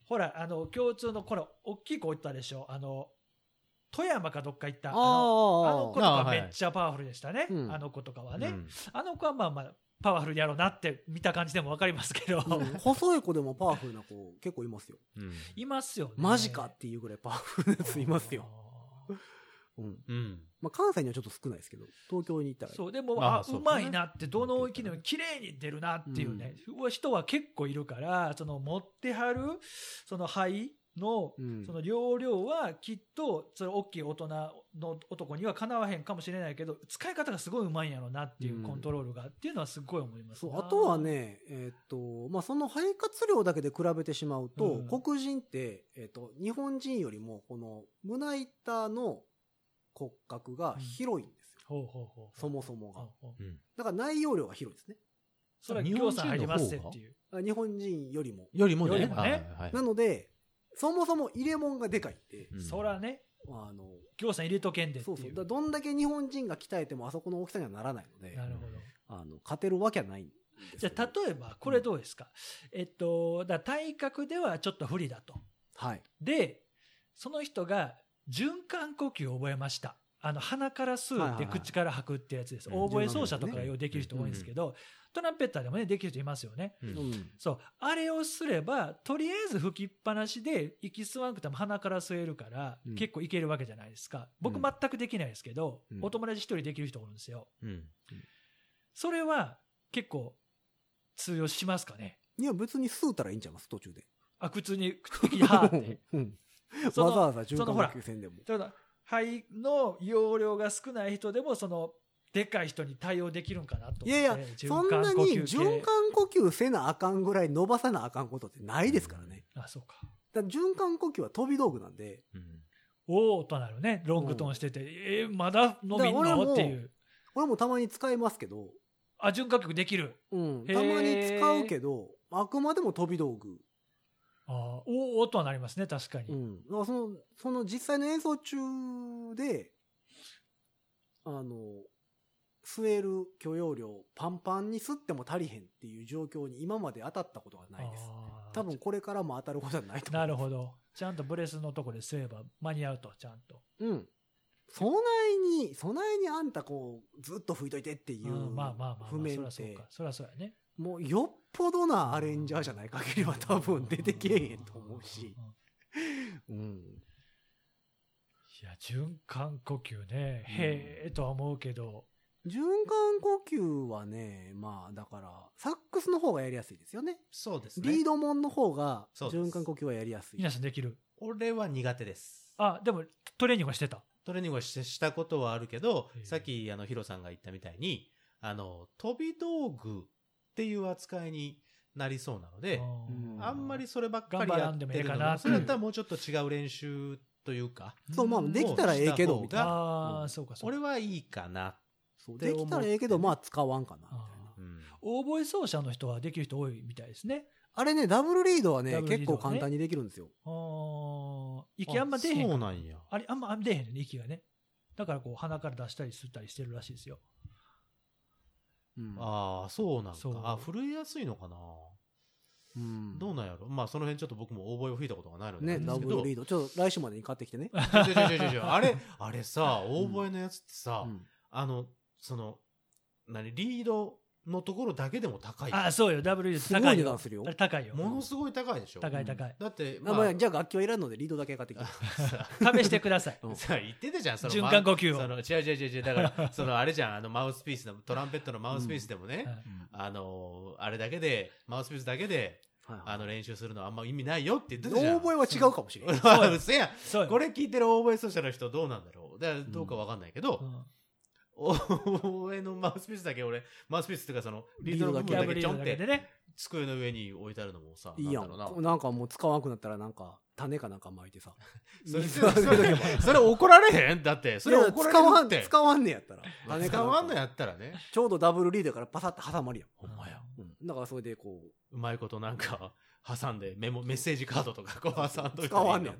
ほら、あの、共通の、これ、大きい子おったでしょ。あの、富山かどっか行った。ああの、 ーあの子とかめっちゃパワフルでしたね。 うんあの子とかはね。 うんあの子はまあまあ、パワフルやろうなって見た感じでもわかりますけど、 うん細い子でもパワフルな子結構いますよ。 うんいますよね。 マジかっていうぐらいパワフルなやついますよ。うん。 うんまあ関西にはちょっと少ないですけど、東京に行ったら。 そう、でも、あ、 まあそううまいなって、どの域でも綺麗に出るなっていうね、人は結構いるから、その持ってはる、その肺の、 うんその容量はきっと、その大きい大人の男にはかなわへんかもしれないけど、使い方がすごいうまいんやろなっていうコントロールが、っていうのはすごい思いますな。 そうあとはね、えーっと、まあ、その肺活量だけで比べてしまうと、 うん黒人って、えーっと、日本人よりも、この胸板の骨格が広いんですよ。 ほうほうほう。 そもそもが。 ほうほううんだから内容量が広いですね。 それは行さん入りますってっていう。 あ日本人よりも。 よりもね。 よりもねはいはいなので、そもそも入れ物がでかいんで、 うんそらね、 あの、 行さん入れとけんでっていう。 そうそう。だからどんだけ日本人が鍛えてもあそこの大きさにはならないので、 なるほど。 あの、勝てるわけはないんですじゃあ、例えば、これどうですか、えっと、だから体格ではちょっと不利だと。 はい。 で、その人が循環呼吸を覚えました。あの、鼻から吸ってはいはいはい口から吐くってやつです。 うんオーボエ奏者とかがようできる人多いんですけど、トランペッターでもね、できる人いますよね。 ううんん。 そう。あれをすれば、とりあえず吹きっぱなしで、息吸わなくても鼻から吸えるから、 うん結構いけるわけじゃないですか。僕うん全くできないですけど、 うんお友達一人できる人おるんですよ。 うんそれは結構通用しますかね。 いや、別に吸うたらいいんちゃいます途中で。 あ、普通に口にはーって。 うんそのわざわざ循環呼そのほら吸せんでも。 ただ肺の容量が少ない人でもそのでかい人に対応できるんかなと思って。 いやいや、そんなに循系環呼吸せなあかんぐらい伸ばさなあかんことってないですからね。 あ、そうか。 だから循環呼吸は飛び道具なんで、 うんおーとなるね。ロングトーンしてて、えーまだ伸びんだから俺ものっていう。 俺もたまに使いますけど、 あ、循環曲できる。 うん、 へーたまに使うけど、あくまでも飛び道具。 あーおーとはなりますね、確かに。 うん。だからその、その実際の演奏中で、あの、吸える許容量パンパンに吸っても足りへんっていう状況に今まで当たったことがないです。 あー多分これからも当たることはないと思う。 なるほど。ちゃんとブレスのとこで吸えば間に合うと、ちゃんと。 うん。そないに、そないにあんたこう、ずっと吹いといてっていううんまあまあまあまあ、 譜面ってそりゃそうか。、そりゃそうやね。 もうよっぽどなアレンジャーじゃない限りは多分出てけえへんと思うしうん。うんうん。 いや、循環呼吸ね、へえとは思うけど、 循環呼吸はね、まあだから、サックスの方がやりやすいですよね。 そうですね。 リードモンの方がそうです循環呼吸はやりやすい。 皆さんできる。 俺は苦手です。 あ、でもトレーニングはしてた。 トレーニングをしてしたことはあるけどへえ、 さっきあのヒロさんが言ったみたいに、あの、飛び道具っていう扱いになりそうなので、 うんあんまりそればっかり頑張らんやってるでもええかなのも、それだったらもうちょっと違う練習というか、 そう、まあできたらええけど、みたいな。 ああ、 うんそうか、そうか。 俺はいいかな。 そうできたらええけど、まあ使わんかな、みたいな。 うんオーボエ奏者の人はできる人多いみたいですね。 あれね、ダブルリードはね、 ダブルリードはね結構簡単にできるんですよ。 あー息あんま出えへんかそうなんや。 あれ、あんま出えへんね、息がね。だからこう鼻から出したり吸ったりしてるらしいですよ。 うんああ、そうなんそうか。あ、震えやすいのかな。 うんどうなんやろ。まあ、その辺ちょっと僕もオーボエを吹いたことがないので。 ね、 なんですけどダブルリード。ちょっと来週までに買ってきてね。 ちょちょちょちょちょあれ、あれさ、オーボエのやつってさ、 うんあの、その、何、リードのところだけでも高い。 あ、そうよ、ダブルリードすごい高いよ。 値段するよあれ高いよ。 ものすごい高いでしょ。 高い高い。 だって、 あまあ、じゃあ楽器はいらんのでリードだけ買ってきて。 試してください。 うんさあ言ってたじゃん、その循環呼吸をその違う違う違う違う、だから、そのあれじゃん、あのマウスピースの、トランペットのマウスピースでもね、 はいあの、あれだけで、マウスピースだけで、 はいはいあの練習するのはあんま意味ないよって言ってオたじゃん。 ーボエは違うかもしれない。 そううせや。 そうよ。 これ聞いてるオーボエ奏者の人どうなんだろう。だからどうかわかんないけど、 うんオーボエのマウスピースだけ俺、マウスピースっていうかその、リードの部分だダブルリードけちょんって、 だけでね。 机の上に置いてあるのもさ、 いいやん。 なんだろうな。 なんかもう使わなくなったらなんか種かなんか巻いてさ。 それ、 水それあげとけばそれ怒られへんだって、それいや怒ら使わん、 れるって。 使わんねやったら。種か使わんのなんかやったらね。 ちょうどダブルリードやからパサッと挟まるやん。 ほんまや。 うん。だからそれでこうまいことなんか、挟んでメモ、メッセージカードとかこう挟んどいう、 て。 使わんねやったら。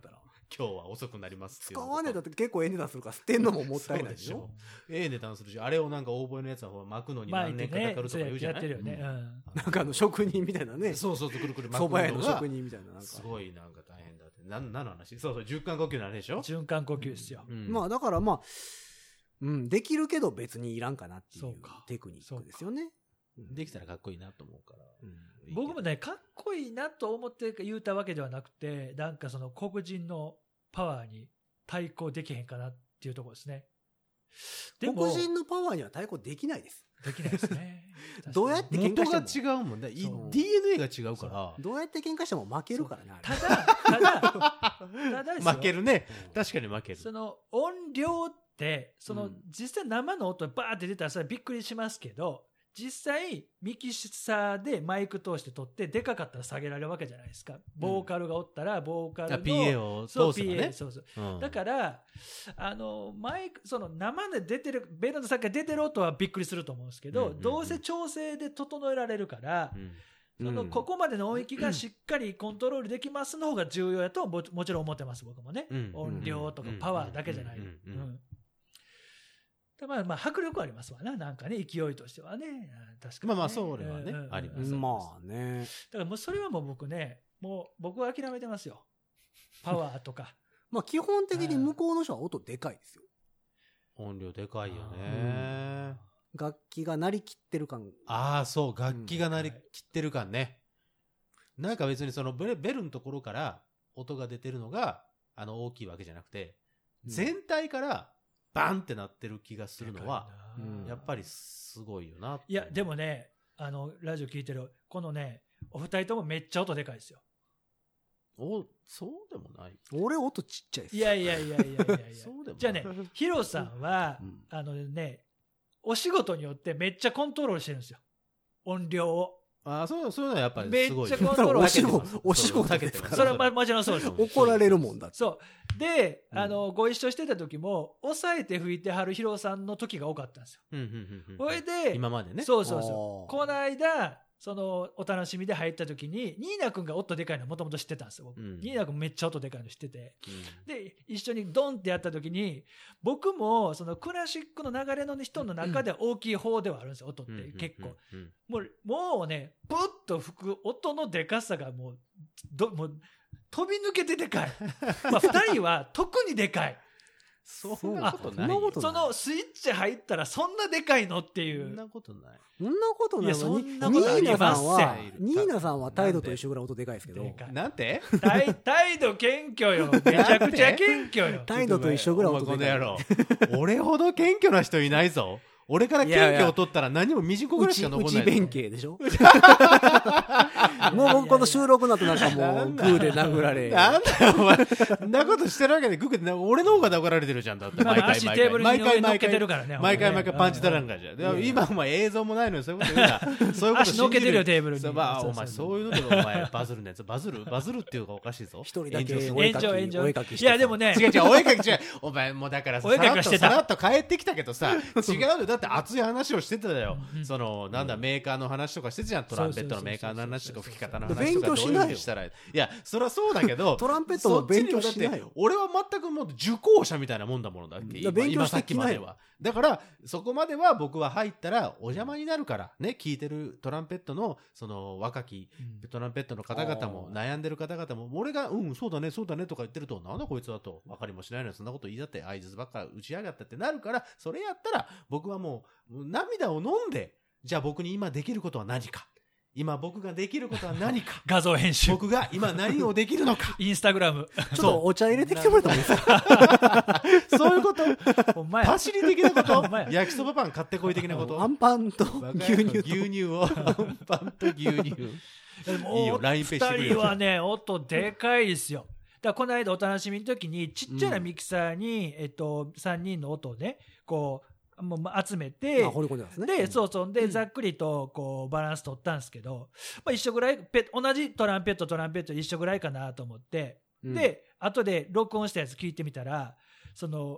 今日は遅くなりますっていう使わねえだって結構ええ値段するから捨てんのももったいないでしょ。 ええ値段するし、あれをなんかオーボエのやつは巻くのに何年かかかるとか言うじゃない、 やってるよね、うん、 なんかあの職人みたいなね。 そうそうそう、くるくる巻くの蕎麦屋のが職人みたいななんかすごいなんか大変だって。なん何の話？そうそう、循環呼吸の話でしょ。 循環呼吸ですよ、 うん、 まあだからまあ、うん、できるけど別にいらんかなっていうテクニックですよね。 できたらかっこいいなと思うから、 うん、 僕もねかっこいいなと思って言うたわけではなくて、なんかその黒人のパワーに対抗できへんかなっていうところですね。 でも黒人のパワーには対抗できないです。 できないですね。 どうやって喧嘩しても元が違うもんね。ディーエヌエー が違うから。 どうやって喧嘩しても負けるからね。 ただただただですよ、 負けるね。確かに負ける。 その音量ってその、うん、実際生の音バーって出たらそれびっくりしますけど、実際ミキサーでマイク通して撮ってでかかったら下げられるわけじゃないですか。ボーカルがおったらボーカルのピーエー を通すのね。 そう ピーエー そうそう、うん、だからあのマイクその生で出てるベルの先が出てる音はびっくりすると思うんですけど、うんうんうん、どうせ調整で整えられるから、うん、そのここまでの音域がしっかりコントロールできますの方が重要やと も, もちろん思ってます僕もね、うん、音量とかパワーだけじゃない。まあまあ迫力ありますわな、なんかね、勢いとしてはね、確かに、ね、 まあまあそれはね、うん、あります。 まあね。 だからもうそれはもう僕ね、もう僕は諦めてますよ。パワーとか。 まあ基本的に向こうの人は音でかいですよ。 音量でかいよね。 楽器が鳴り切ってる感。 ああ、そう、楽器が鳴り切ってる感ね。うん、なんか別にそのベル、ベルのところから音が出てるのがあの大きいわけじゃなくて、全体からバンってなってる気がするのは、やっぱりすごいよな。 いや、でもね、あの、ラジオ聞いてる、このね、お二人ともめっちゃ音でかいですよ。 お、そうでもない。 俺音ちっちゃいです。 いやいやいやいやいやいや。 そうでもない。 じゃあね、ヒロさんは、うん、あのね、お仕事によってめっちゃコントロールしてるんですよ。音量を。 ああ、そういうのはやっぱりすごい。 めっちゃコントロールしてる。 お仕事ですから。 それはもちろんそうです。 怒られるもんだって。 そう。で、あの、ご一緒してた時も、抑えて吹いてはるヒロさんの時が多かったんですよ。それで、 今までね。 そうそうそう。この間、その、お楽しみで入った時に、ニーナ君が音でかいのもともと知ってたんですよ。僕、うん、ニーナ君めっちゃ音でかいの知ってて。うん、で、一緒にドンってやった時に、僕も、そのクラシックの流れの人の中では大きい方ではあるんですよ、音って結構。もう、もうね、プッと吹く音のでかさがもう、ど、もう、飛び抜けてでかい。まあ、二人は特にでかい。 そんなことないよ。 そのスイッチ入ったらそんなでかいのっていう。 そんなことない。 そんなことない。いや、 そんなことありません。 ニーナさんは態度と一緒ぐらい音でかいですけど。 なんて態度謙虚よ。めちゃくちゃ謙虚よ。 態度と一緒ぐらい音でかい。 俺ほど謙虚な人いないぞ。俺から謙虚を取ったら何もみじんこぐらいしか残らない。 内弁慶でしょもう僕この収録の後なんかもうグーで殴られ。 なんだよお前。そんなことしてるわけでグーで俺の方が殴られてるじゃんだって。毎回毎回。毎回毎回。毎回毎回パンチだらんかじゃん。今お前映像もないのにそういうこと言うな。そういうこと足のけてるよテーブルに。 お前そういうのでお前バズるね。バズるバズるっていうかおかしいぞ。 一人だけ炎上炎上。いやでもね。 違う違うお絵かき違う。お前もうだからささらっと帰ってきたけどさ違うよ。だって熱い話をしてたよ、うん、そのなんだ、うん、メーカーの話とかしてたじゃん。トランペットのメーカーの話とか吹き方の話とかどういうふうにしたらいやそりゃそうだけどトランペットも勉強しないよ。 俺は全くもう受講者みたいなもんだものだって、うん、 勉強してきない今さっきまでは。だからそこまでは僕は入ったらお邪魔になるからね。聞いてるトランペットのその若きトランペットの方々も、うん、悩んでる方々も俺がうんそうだねそうだねとか言ってるとなんだこいつだと分かりもしないのにそんなこと言いだって相槌ばっか打ちやがったってなるから、それやったら僕はもう涙を飲んでじゃあ僕に今できることは何か、今僕ができることは何か画像編集僕が今何をできるのかインスタグラムちょっとお茶入れてきてもらってもいいですかそういうことパシリ的なこと焼きそばパン買ってこい的なことアンパンと牛乳と牛乳をアンパンと牛乳いいよ ライン ペーしてくれふたりはね音でかいですよ。だからこの間お楽しみの時にちっちゃなミキサーに、うんえっと、さんにんの音をねこうもう集めて、 あ、掘り込んでますね。 で、そうそう。で、うん、ざっくりと、こう、バランス取ったんですけど、まあ一緒ぐらい、ペ同じトランペット、トランペット一緒ぐらいかなと思って、うん、で、後で録音したやつ聞いてみたら、その、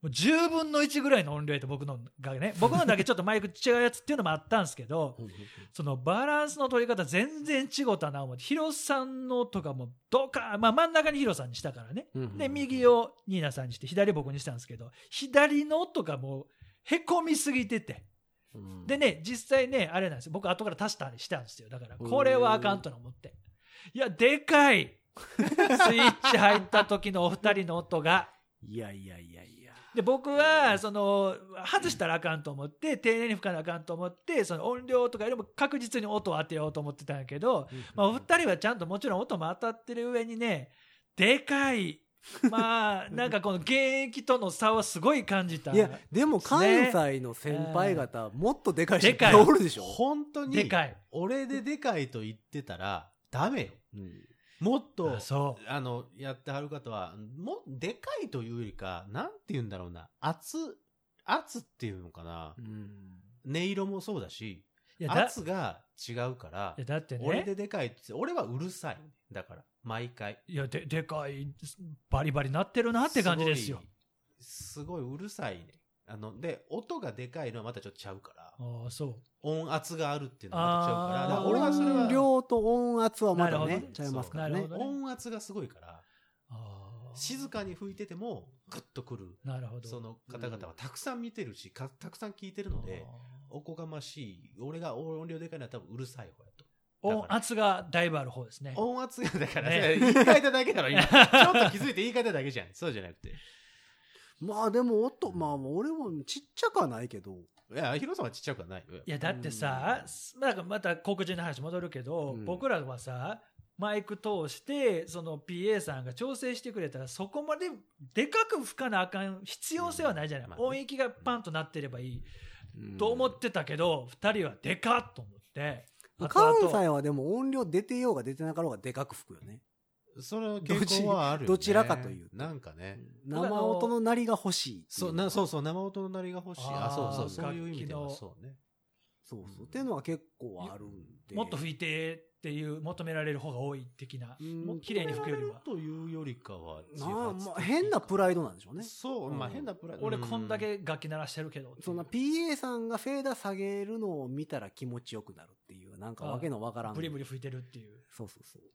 うじゅうぶんのいちぐらいの音量やと僕のがね、僕のだけちょっとマイク違うやつっていうのもあったんですけど、そのバランスの取り方全然違ったな思って、ヒロさんの音がもうどか、まあ真ん中にヒロさんにしたからね。で、右をニーナさんにして、左僕にしたんですけど、左の音がもうへこみすぎてて。でね、実際ね、あれなんですよ。僕後から足したりしたんですよ。だから、これはあかんと思って。いや、でかいスイッチ入った時のお二人の音が。 いやいやいやいや。 で、僕は、その、外したらあかんと思って、丁寧に吹かなあかんと思って、その音量とかよりも確実に音を当てようと思ってたんやけど、まあ、お二人はちゃんともちろん音も当たってる上にね、でかい、まあ、なんかこの現役との差はすごい感じた。 いや、でも関西の先輩方、もっとでかい人いっぱいおるでしょ。 本当に、 でかい。 俺ででかいと言ってたら、ダメよ。うん、もっと、 あ、そう。 あの、やってはる方は、も、でかいというよりか、なんて言うんだろうな、圧、圧っていうのかな。うん、音色もそうだし、いや圧が違うから、 いやだってね、 俺ででかいって、俺はうるさい。だから、毎回。 いや、で、でかい、バリバリ鳴ってるなって感じですよ。 すごい、すごいうるさいね。あの、で、音がでかいのはまたちょっとちゃうから。 ああ、そう。 音圧があるっていうのはまたちゃうから。だから俺はそれは。 音量と音圧はまたね、ちゃいますからね。 音圧がすごいから、あ静かに吹いてても、グッとくる。 なるほど。 その方々はたくさん見てるし、かたくさん聞いてるので、おこがましい。俺が音量でかいのは多分うるさい方やと。 音圧がだいぶある方ですね。 音圧がだから、ね、言い換えただけだろ、今。ちょっと気づいて言い換えただけじゃん。そうじゃなくて。 まあでも音、まあ俺もちっちゃくはないけど。 いや、ヒロさんはちっちゃくはない。 いや、だってさ、なんかまた黒人の話戻るけど、うん、僕らはさ、マイク通して、その ピーエー さんが調整してくれたら、そこまででかく吹かなあかん必要性はないじゃない。うん、音域がパンとなってればいい。うん、と思ってたけど、二人はでかっと思って。 関西はでも音量出てようが出てなかろうがでかく吹くよね。 それは傾向はあるよね。 どちらかという。 なんかね。 生音の鳴りが欲しい。 そう、な、そうそう、生音の鳴りが欲しい。あ、そうそう、そういう意味ではそうね。 そうそう。っていうのは結構あるんで。 もっと吹いてっていう求められる方が多い的な。もう綺麗に吹くよりは。 というよりかは、 なあ、まあ、変なプライドなんでしょうね。 そう、まあ変なプライド。 俺こんだけ楽器鳴らしてるけど。 そんな ピーエー さんがフェーダー下げるのを見たら気持ちよくなるっていう、なんかわけのわからん。 ブリブリ吹いてるっていう。 そうそうそう。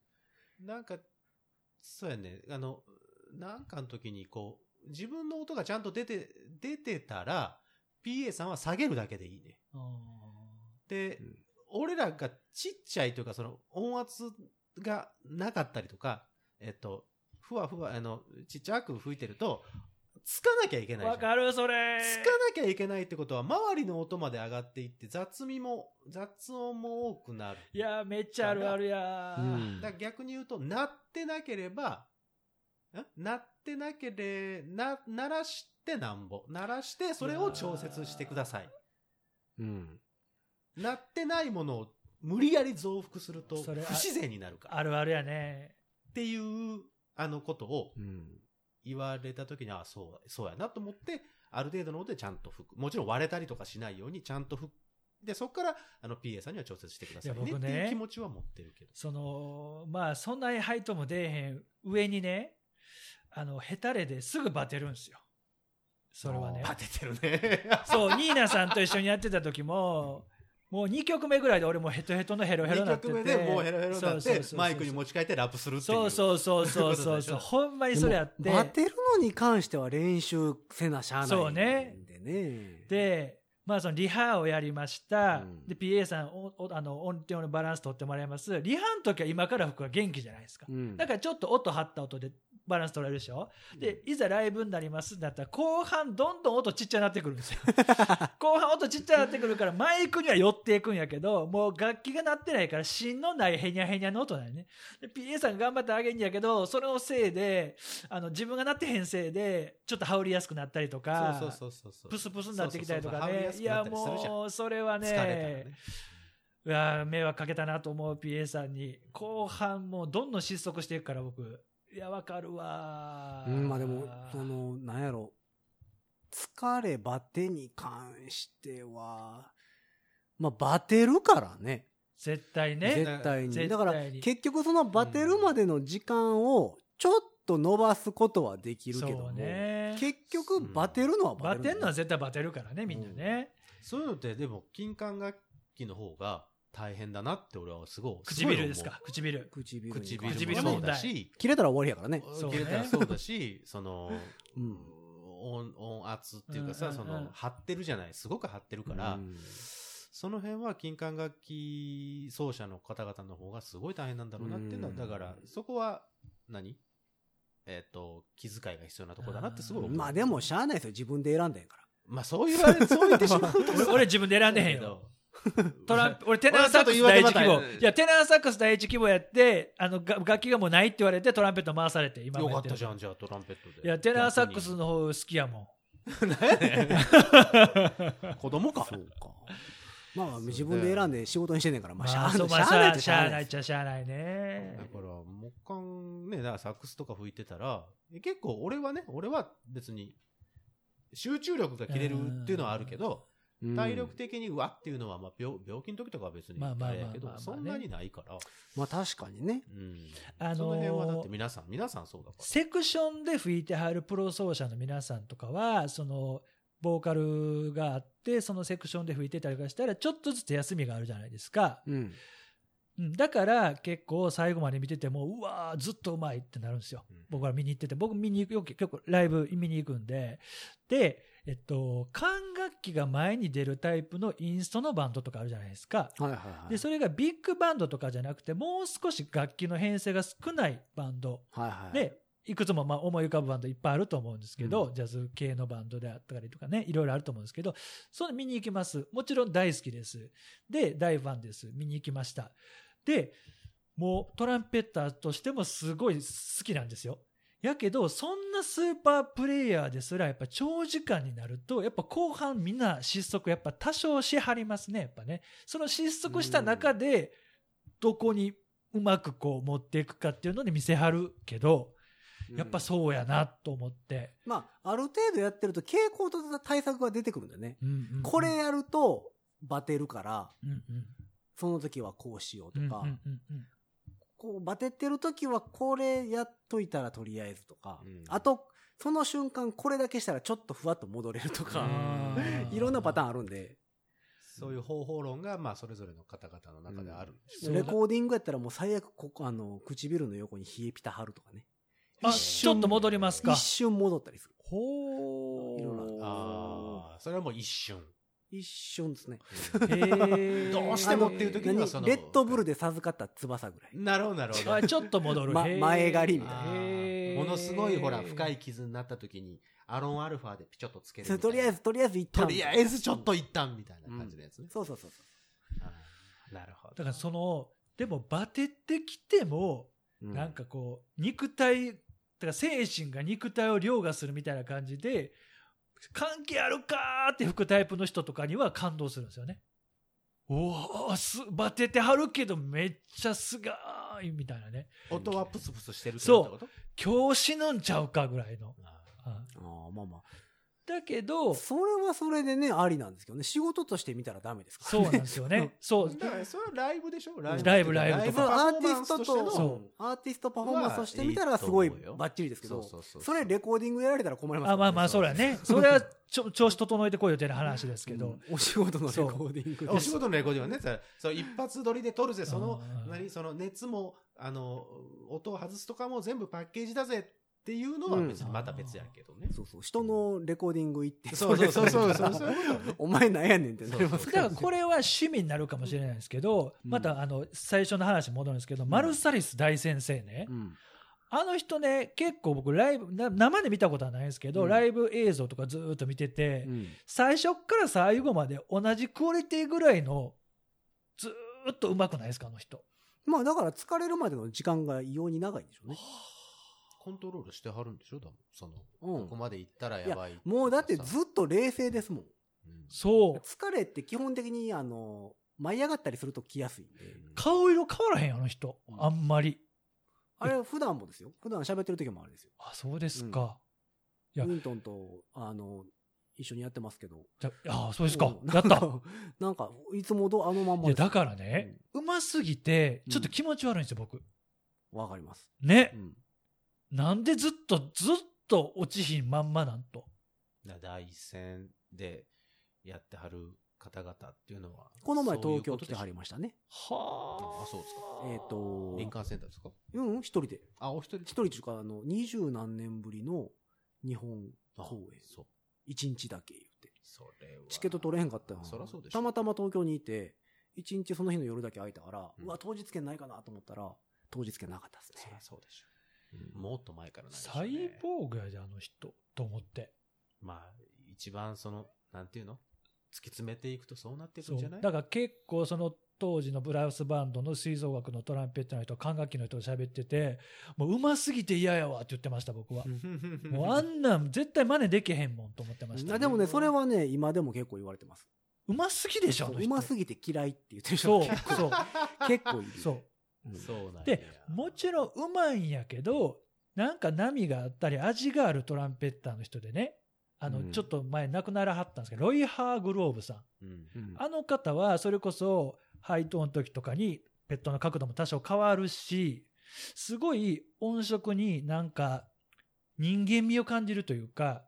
なんか、そうやね。あの、なんかの時にこう、自分の音がちゃんと出て、出てたら、ピーエー さんは下げるだけでいいね。で、うん、俺らがちっちゃいというか、その音圧がなかったりとか、えっと、ふわふわ、あの、ちっちゃく吹いてると、つかなきゃいけないじゃん。 わかる、それ。 つかなきゃいけないってことは、周りの音まで上がっていって、雑味も、雑音も多くなる。 いや、めっちゃあるあるや、うん。 だから逆に言うと、鳴ってなければ、ん鳴ってなければ、な、鳴らしてなんぼ。鳴らして、それを調節してください。うん。鳴ってないものを無理やり増幅すると、不自然になるから。 あるあるやね。 っていう、あのことを、うん言われた時にはそう、そうやなと思って、ある程度の音でちゃんと吹く。もちろん割れたりとかしないようにちゃんと吹く。で、そこから、あの、ピーエー さんには調節してくださいね。いや僕ねっていう気持ちは持ってるけど。 その、まあ、そんなにハイトも出えへん上にね、あの、ヘタレですぐバテるんですよ。それはね。 バテてるね。 そう、ニーナさんと一緒にやってた時も、もうにきょくめぐらいで俺もヘトヘトのヘロヘロになってて。 にきょくめでもうヘロヘロになって、マイクに持ち替えてラップするっていう。 そうそうそうそうそうそう。ほんまにそれやって。 バテるのに関しては練習せなしゃあないんでね。 そうね。で、まあそのリハをやりました。うん、で、ピーエー さんおおあの音量のバランス取ってもらいます。リハの時は今から吹くは元気じゃないですか。うん、だからちょっと音張った音でバランス取られるでしょ。で、いざライブになりますだったら後半どんどん音ちっちゃなってくるんですよ。後半音ちっちゃなってくるからマイクには寄っていくんやけど、もう楽器が鳴ってないから芯のないヘニャヘニャの音だよね。で ピーエー さんが頑張ってあげるんやけど、そのせいであの自分が鳴ってへんせいでちょっと羽織りやすくなったりとか、プスプスになってきたりとかね。いやもうそれはね、ねいや迷惑かけたなと思う ピーエー さんに。後半もうどんどん失速していくから僕。いや、わかるわ。 うん、まあでも、その、なんやろ。疲れ、バテに関しては、まあ、バテるからね。 絶対ね。 絶対に。だから、結局そのバテるまでの時間を、ちょっと伸ばすことはできるけども、 そうね。 結局バテるのはバテるんだよね、 バテんのは絶対バテるからね、みんなね。 そういうのってでも金管楽器の方が大変だなって俺はすごい唇ですか、唇。 唇に唇唇もそうだし、 切れたら終わりやからね。 そうね切れたらそうだし、その、 うん音音圧っていうかさ、 うんうんうんその張ってるじゃない、すごく張ってるから、 うんその辺は金管楽器奏者の方々の方がすごい大変なんだろうなっていうのは、 うんだからそこは何えっ、と気遣いが必要なところだなってすごい思う。 まあでもしゃあないですよ、自分で選んでんから。 まあそう言われそう言ってしまうと俺俺自分で選んでへんよ。トランプ俺テナー俺ちょっとサックス言われてまた第一希望。いや、テナーサックス第一希望やって、あの、が楽器がもうないって言われてトランペット回されて、今もよかやってるったじゃん、じゃあトランペットで。 いや、テナーサックスの方好きやもん。 子供か。 そうか。まあまあ自分で選んで仕事にしてんねんから、まあしゃまあ、そう、 あない。 まあ、しゃあしゃあないっちゃししゃあなゃあないいっちゃしゃあないねだ。から木管ね、だからサックスとか吹いてたら、結構俺はね、俺は別に集中力が切れるっていうのはあるけど、 うん体力的にうわっていうのは、まあ病病気の時とかは別にまあまああれやけどまあまあまあまあねそんなにないから、 まあ確かにね。 うんあのーその辺はだって皆さん皆さんそうだから。 セクションで吹いてはるプロ奏者の皆さんとかは、その、ボーカルがあって、そのセクションで吹いてたりとかしたら、ちょっとずつ休みがあるじゃないですか。 うん。 うんだから結構最後まで見てても、うわーずっとうまいってなるんですよ。 うん僕は見に行ってて、僕見に行くよ、結構ライブ見に行くんで。で、えっと、管楽器が前に出るタイプのインストのバンドとかあるじゃないですか。 はいはいはい。 で、それがビッグバンドとかじゃなくて、もう少し楽器の編成が少ないバンドはいはい。 で、いくつもまあ思い浮かぶバンドいっぱいあると思うんですけど、 うんジャズ系のバンドであったりとかね、いろいろあると思うんですけど、それ見に行きます。もちろん大好きです。で、大ファンです。見に行きました。で、もうトランペッターとしてもすごい好きなんですよ。やけど、そんなスーパープレイヤーですら、やっぱ長時間になると、やっぱ後半みんな失速、やっぱ多少しはりますね、やっぱね。その失速した中で、どこにうまくこう持っていくかっていうので見せはるけど、やっぱそうやなと思って。 まあ、ある程度やってると傾向と対策が出てくるんだよね。 うんうんうんこれやるとバテるから、 うんうんその時はこうしようとか、 うんうんうんうんこうバテてる時はこれやっといたらとりあえずとか、 うんあと、その瞬間これだけしたらちょっとふわっと戻れるとか、 あーいろんなパターンあるんで、 そういう方法論がまあそれぞれの方々の中であるんでしょうそうレコーディングやったらもう最悪ここ、あの、唇の横に冷えピタ貼るとかね。 あ一瞬ちょっと戻りますか一瞬戻ったりする。 ほいろいろあるああ、それはもう一瞬。 一瞬ですね。 へどうしてもっていう時には何そのレッドブルで授かった翼ぐらい。 なるほどなるほど。 あちょっと戻る、 まへー前借りみたいなあーものすごいほら深い傷になった時にアロンアルファでピチョッとつけるみたいな。 それとりあえず、とりあえず一旦。 とりあえずちょっと一旦みたいな感じのやつね。 そうそうそうそう。 あーなるほど。 だからそのでもバテてきても、 うんなんかこう肉体だから精神が肉体を凌駕するみたいな感じで関係あるかーって吹くタイプの人とかには感動するんですよね。おおすバテてはるけどめっちゃすがーいみたいなね。 音はプスプスしてるってそうこと今日死ぬんちゃうかぐらいの。 あうんああ、まあまあ。 だけどそれはそれでね、ありなんですけどね。仕事として見たらダメですからね。 そうなんですよね。そうーだからそれはライブでしょラライブライブとかそうアーティパフォマンストと、 してのそうアーティストパフォーマンスとして見たらすごいまあいいと思うよバッチリですけど、 そうそうそうそうそれレコーディングやられたら困りますからあまあまあそうだね。それはちょ調子整えてこいよっていう話ですけど。 うんお仕事のレコーディングでお仕事のレコーディングはね、さそう一発撮りで撮るぜ、そのうんうん何その熱もあの音を外すとかも全部パッケージだぜっていうのは別にまた別やけどね。 そうそう。人のレコーディング行って、 そうそうそうそうれそうそういうことねお前なんやねんってなりますだか。 かららこれは趣味になるかもしれないですけど、 うんまたあの最初の話に戻るんですけど、マルサリス大先生ね、 うん。 あの人ね結構僕ライブな生で見たことはないんですけど、 うんライブ映像とかずーっと見てて、 うん最初から最後まで同じクオリティぐらいのずーっと上手くないですかあの人。 まあだから疲れるまでの時間が異様に長いんでしょうね。 コントロールしてはるんでしょ多分その、 うんここまで行ったらやばい。 もうだってずっと冷静ですもん。 うんそう疲れって基本的にあの、舞い上がったりすると来やすいんで。 顔色変わらへんあの人、 うんあんまり。 あれ普段もですよ。普段喋ってる時もあれですよ。 あそうですか、いやウィントンと、あの、一緒にやってますけど。 じゃあそうですか、 うんやった。 なんか、いつもどあのまんまですいやだからね、うますぎてうんちょっと気持ち悪いんですよ僕わかります。 ね、 うんなんでずっとずっと落ちひんまんまなんと。 だ第一線でやってはる方々っていうのは。 この前そういう東京来てことでしょはりましたね。 はあ。 あそうですか。 えっ、と、 林間センターですか？ うん、一人で。 あ、お一人一人というか、あの、二十何年ぶりの日本公演。 そう。 一日だけ言って。 それは。 チケット取れへんかったよ。 そりゃそうでしょ。 たまたま東京にいて、一日その日の夜だけ空いたから、 うんうわ、当日券ないかなと思ったら、当日券なかったですねそりゃ。そうでしょ。もっと前からないでしょサイうね。 ボーグやで、あの人。と思って。 まあ、一番その、なんていうの突き詰めていくとそうなっていくそう。 んじゃない？ だから結構その当時のブラスバンドの吹奏楽のトランペットの人、管楽器の人と喋ってて、もう上手すぎて嫌やわって言ってました、僕は。もうあんなん絶対真似できへんもんと思ってました。 あでもね、それはね、今でも結構言われてます。 うますぎでしょ、あの人うますぎて嫌いって言ってる人そう、 が結構そう、 結構いる。 そう。 うんそうなんや。 で、もちろんうまいんやけど、なんか波があったり味があるトランペッターの人でね、あの、 うんちょっと前亡くならはったんですけど、ロイ・ハーグローブさん。 うん。 うんあの方はそれこそハイトーンの時とかにペットの角度も多少変わるし、すごい音色になんか人間味を感じるというか、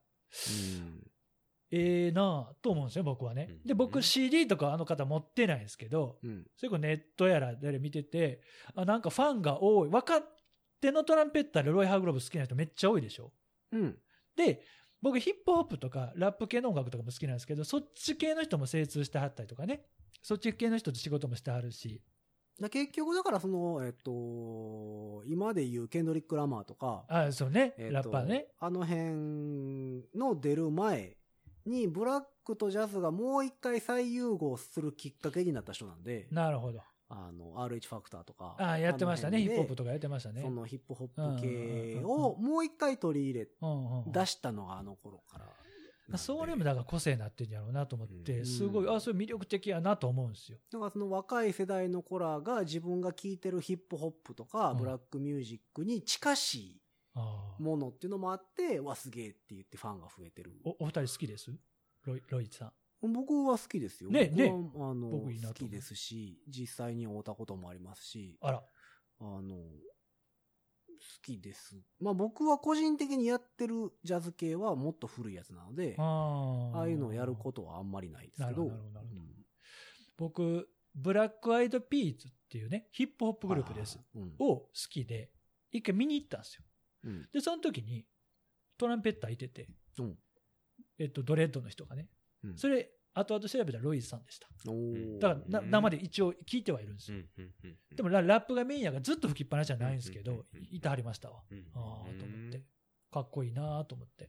ええなぁと思うんですよ、僕はね。 うんで、僕 シーディー とかあの方持ってないんですけど、 うん。うん。 それこそネットやらで見てて、あ、なんかファンが多い。若手のトランペッターでロイ・ハーグローブ好きな人めっちゃ多いでしょ。 うん。 で、僕ヒップホップとかラップ系の音楽とかも好きなんですけど、そっち系の人も精通してはったりとかね。そっち系の人と仕事もしてはるし。 だ結局だからその、えっと、今で言うケンドリック・ラマーとか、 あ、そうね。 えっとラッパーね。 あの辺の出る前に、ブラックとジャズがもう一回再融合するきっかけになった人なんで、 なるほど。 あの、アールエイチ ファクターとか。 あ、やってましたね。ヒップホップととかやってましたね。 そのヒップホップうんうん系うんうんをもう一回取り入れ、 うんうん出したのがあの頃からなんで。 それもだから個性になってんやろうなと思って、 うんすごい、あ、それ魅力的やなと思うんですよ。 だからその若い世代の子らが自分が聴いてるヒップホップとかうんブラックミュージックに近しいあーものっていうのもあって、わ、すげえって言ってファンが増えてる。 お、お二人好きですロイ、ロイさん。 僕は好きですよ。 ね僕はねあの僕いいなと思う好きですし、実際に会ったこともありますし、 あら。 あの、好きです。まあ僕は個人的にやってるジャズ系はもっと古いやつなので、あああいうのをやることはあんまりないですけど。 なるほどなるほどなるほど僕、ブラックアイドピーズっていうね、ヒップホップグループです。 うん。 を好きで、一回見に行ったんですよ。 うん。 で、その時にトランペッターいてて、 うん。 えっと、ドレッドの人がね。 うんそれ、後々調べたらロイズさんでした。 おーだからな、生で一応聞いてはいるんですよ。 うんうんうんうんでもララップがメインやからずっと吹きっぱなしじゃないんですけどうんうんうんうん、 いてはりましたわ。 うんああ、と思って。かっこいいなと思って。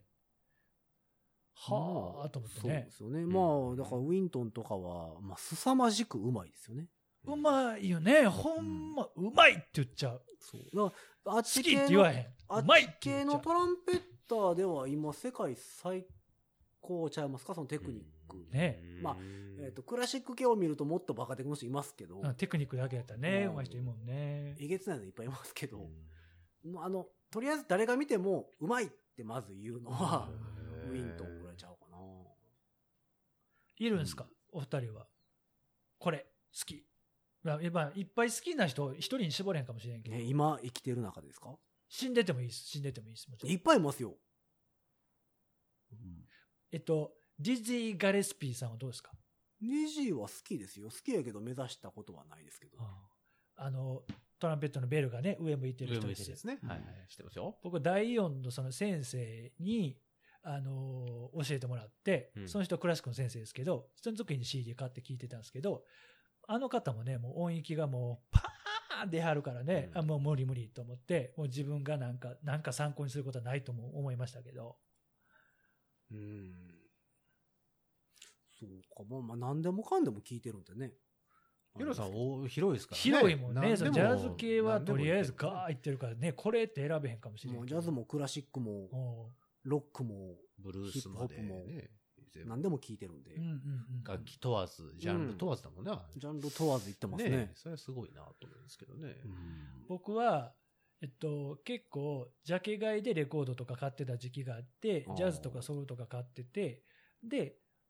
はあ、と思ってねそうで。すよね。まあ、だからウィントンとかは、まあ、凄まじくうまいですよね。 うまいよね。ほんま、うまいって言っちゃう。 そう。だから、あっ好きっち系のて言わへん。 あっうまいっち系て言っちゃう。 のトランペッターでは今世界最高ちゃいますか、そのテクニック。 ねまあえっ、と、クラシック系を見るともっとバカテクの人いますけど、 うんテクニックだけやったらね、 うんうまい人いるもんね。 えげつないのいっぱいいますけど、もうあの、とりあえず誰が見てもうまいってまず言うのは、ウィントンぐらいちゃうかな。 いるんですか、お二人は。これ、好き。まあ、やっぱいっぱい好きな人、一人に絞れんかもしれんけど、 ね、今生きてる中ですか？ 死んでてもいいです。死んでてもいいです。もちろんいっぱいいますよ。 えっと、ディズィー・ガレスピーさんはどうですか？ ニジーは好きですよ。好きやけど目指したことはないですけど。 あの、トランペットのベルがね、上向いてる上人ですよ向いてですね。はいはい。知ってますよ。 僕、だいよんのその先生に、あのー教えてもらって、 うんその人はクラシックの先生ですけど、その時に シーディー 買って聞いてたんですけど、あの方もね、もう音域がもうパーン出はるからね、 うんあもう無理無理と思って、もう自分がなんか、なんか参考にすることはないとも思いましたけど、 うん。そうか。まあまあ何でもかんでも聞いてるんでね。 ヒロさんお広いですからね。 広いもんね、そ何でものジャズ系はとりあえず何でもガーいってるからね、これって選べへんかもしれない。 もうジャズもクラシックもおロックもブルースまでヒップホッね。全部何でも聞いてるんでう、うんうんうん。 楽器問わず、ジャンル問わずだもんね。 ジャンル問わず言ってますね。 ねそれはすごいなと思うんですけどね。 うん僕は、えっと、結構、ジャケ買いでレコードとか買ってた時期があってあー、 ジャズとかソウルとか買ってて、で、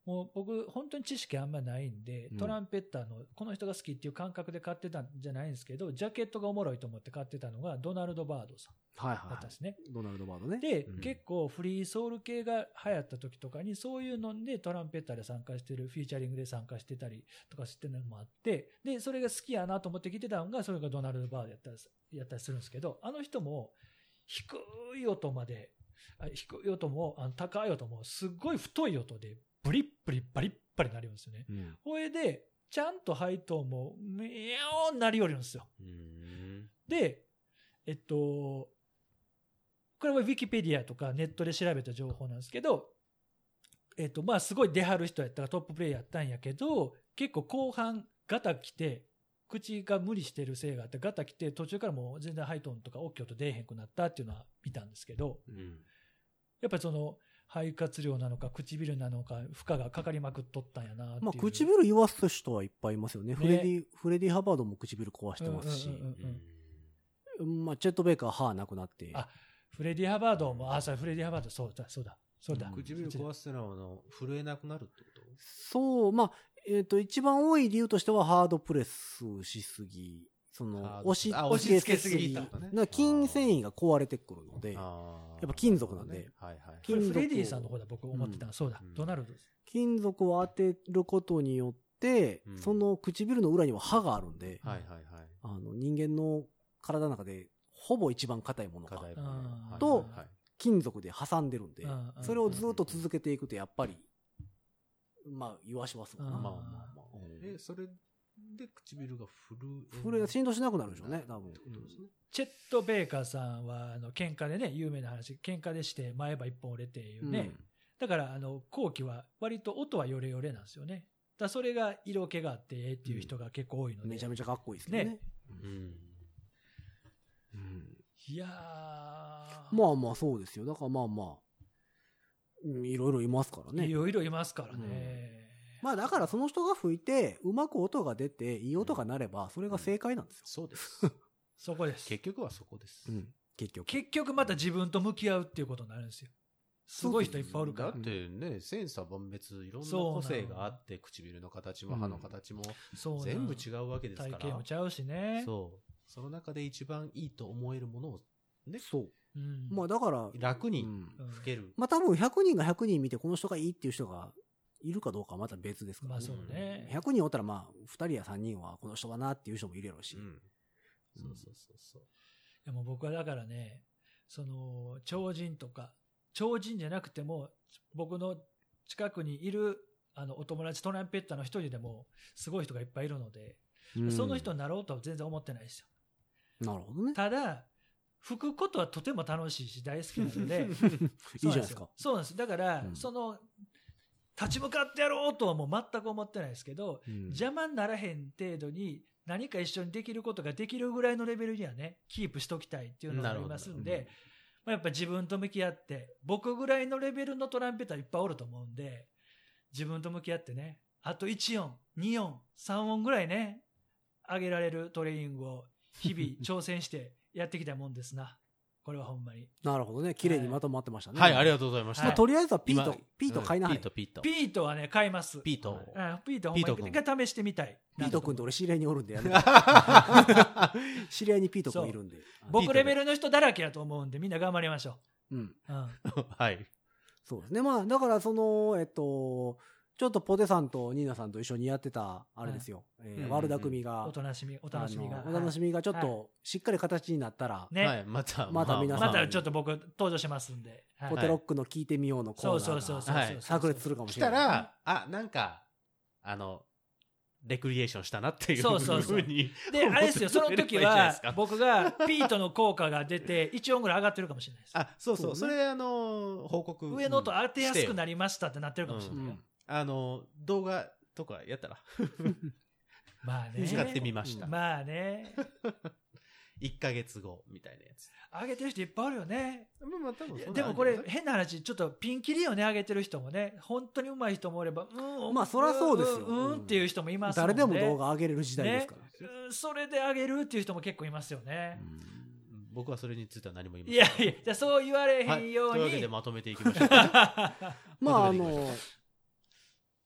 もう僕本当に知識あんまないんで、 うんトランペッターのこの人が好きっていう感覚で買ってたんじゃないんですけど、ジャケットがおもろいと思って買ってたのがドナルド・バードさんはいはいはだったんですね。 い。ドナルド・バードね。 で、 うん結構フリーソウル系が流行った時とかにそういうのでトランペッターで参加してる、フィーチャリングで参加してたりとかしてるのもあって、でそれが好きやなと思って聞いてたのがそれがドナルド・バードやったりやったりするんですけど、あの人も低い音まで、あ低い音もあの高い音もすっごい太い音でブリッブリバリッバリなるんですよね。 うん。 これでちゃんとハイトーンもミャーンなりよるんですよ。 うーん。 で、えっと、これはウィキペディアとかネットで調べた情報なんですけど、えっと、まあすごい出張る人やったらトッププレイヤーやったんやけど、結構後半ガタ来て、口が無理してるせいがあってガタ来て途中からもう全然ハイトーンとか大きい音出えへんくなったっていうのは見たんですけど、 うん。 やっぱりその肺活量なのか唇なのか負荷がかかりまくっとったんやなっていう。 まあ、唇言わす人はいっぱいいますよね。フレディ、フレディ・ハバードも唇壊してますし、 うんうんうんうんまあ、チェット・ベイカー歯なくなって。 あフレディ・ハバードも、あ、そう、フレディ・ハバード、そうだ、そうだ、そうだ。 唇壊すのはあの震えなくなるってこと？ そう、まあ、えっ、と、一番多い理由としてはハードプレスしすぎ、そハーの、 ド押し、 あ押し付けすぎ押し付けすぎってことねな筋繊維が壊れてくるので、 あーやっぱ金属なんでなるほどねはいはい。 これ金属フレディさんの方だ、僕思ってたの、そうだ、 うんドナルドです。 金属を当てることによって、 うんその唇の裏には歯があるんで、 はいはいはい。 あの、人間の体の中で、ほぼ一番硬いものが課題もあーはいとはいはい金属で挟んでるんでうんうん、 それをずっと続けていくと、やっぱり、まあ、言わしますもんな。 うんまあまあまあ。 うんえ、それで唇が震えそれが振動しなくなるんでしょうね、多分。 ってことですね。 チェット・ベイカーさんは、あの、喧嘩でね、有名な話、喧嘩でして前歯一本折れていうね。 うんだから、あの、後期は割と音はヨレヨレなんですよね。だからそれが色気があってええっていう人が結構多いので。 めちゃめちゃかっこいいですけどね。 ねうん。 うんいやー。 まあまあ、そうですよ。だからまあまあ、うんいろいろいますからねい。ろいろいますからね。 まあだからその人が吹いて、うまく音が出て、いい音が鳴れば、それが正解なんですよ。 そうです。 そこです。 結局はそこです。 うん。結局。 結局また自分と向き合うっていうことになるんですよ。すごい人いっぱいおるからだっ。てね、千差万別、いろんなそうなの個性があって、唇の形も歯の形もそうなん全部違うわけですから。 体型もちゃうしね。 そう。その中で一番いいと思えるものをね、 そう。 うん。 まあだから、 楽にうん吹ける。 まあ多分ひゃくにんがひゃくにん見てこの人がいいっていう人がいるかどうかはまた別ですからね。 まあそうね。 ひゃくにんおったらまあふたりやさんにんはこの人はなっていう人もいるやろうし。 うん。そうそうそうそう。 でも僕はだからね、その、超人とか、超人じゃなくても、僕の近くにいる、あの、お友達トランペッターの一人でも、すごい人がいっぱいいるので、 うんその人になろうとは全然思ってないですよ。 なるほどね。 ただ、吹くことはとても楽しいし大好きなので、 いいじゃないですか。 そうなんです。だから、 うんその、立ち向かってやろうとはもう全く思ってないですけど、 うん邪魔にならへん程度に何か一緒にできることができるぐらいのレベルにはね、キープしときたいっていうのがありますんなるで、まあ、やっぱ自分と向き合って、僕ぐらいのレベルのトランペッターいっぱいおると思うんで、自分と向き合ってね、あといち音、に音、さん音ぐらいね、上げられるトレーニングを日々挑戦してやってきたもんですな。これはほんまに。 なるほどね。綺麗にまとまってましたね。 はい、ありががとうございました。 まあとりあえずはピート今、 ピート買いなはれ。 うんピート、ピート。 ピートはね、買います。 ピート。 うんピートほんまピート君に一回試してみたい。 ピート君と俺知り合いにおるんでやめて知り合いにピート君いるんで。 僕レベルの人だらけやと思うんで、みんな頑張りましょうん。 う。うん。 はい。 そうですね。まあ、だからその、えっと、ちょっとポテさんとニーナさんと一緒にやってた、あれですよ。えーうん悪巧みがお、楽しみ、お楽しみが。 あのお楽しみがちょっはとしっかり形になったら、 ね。 はい、また、 また皆さんまたちょっと僕登場しますんで。はいポテロックの聞いてみようのコーナそうそうそうそうーがはい炸裂するかもし来れない。 たら、あ、なんか、あの、レクリエーションしたなっていうそうそうそうふうに。 で、あれですよ、その時思ってくれればいいじゃないですかは、僕がピートの効果が出て、いち音ぐらい上がってるかもしれないです。 あ、そうそう、 そねそうれ、あの、報告。 上の音当てやすくる。 なりましたってなってるかもしれないよ。 あの、動画とかやったら、 まあね。 使ってみました。 まあね。 いっかげつごみたいなやつ。 上げてる人いっぱいあるよね。 まあまあ多分そんなでもこれあるんじゃない変な話、ちょっとピンキリよね、上げてる人もね。本当に上手い人もおれば、うん、 まあそらそうですようん、うんっていう人もいますもん誰ね。 でも動画上げれる時代ですから。 うんそれで上げるっていう人も結構いますよね。 僕はそれについては何も言いまいせん。 やいや、じゃあそう言われへはい。 んように。 というわけでまとめていきましょう。 まああまとめていきましょうの、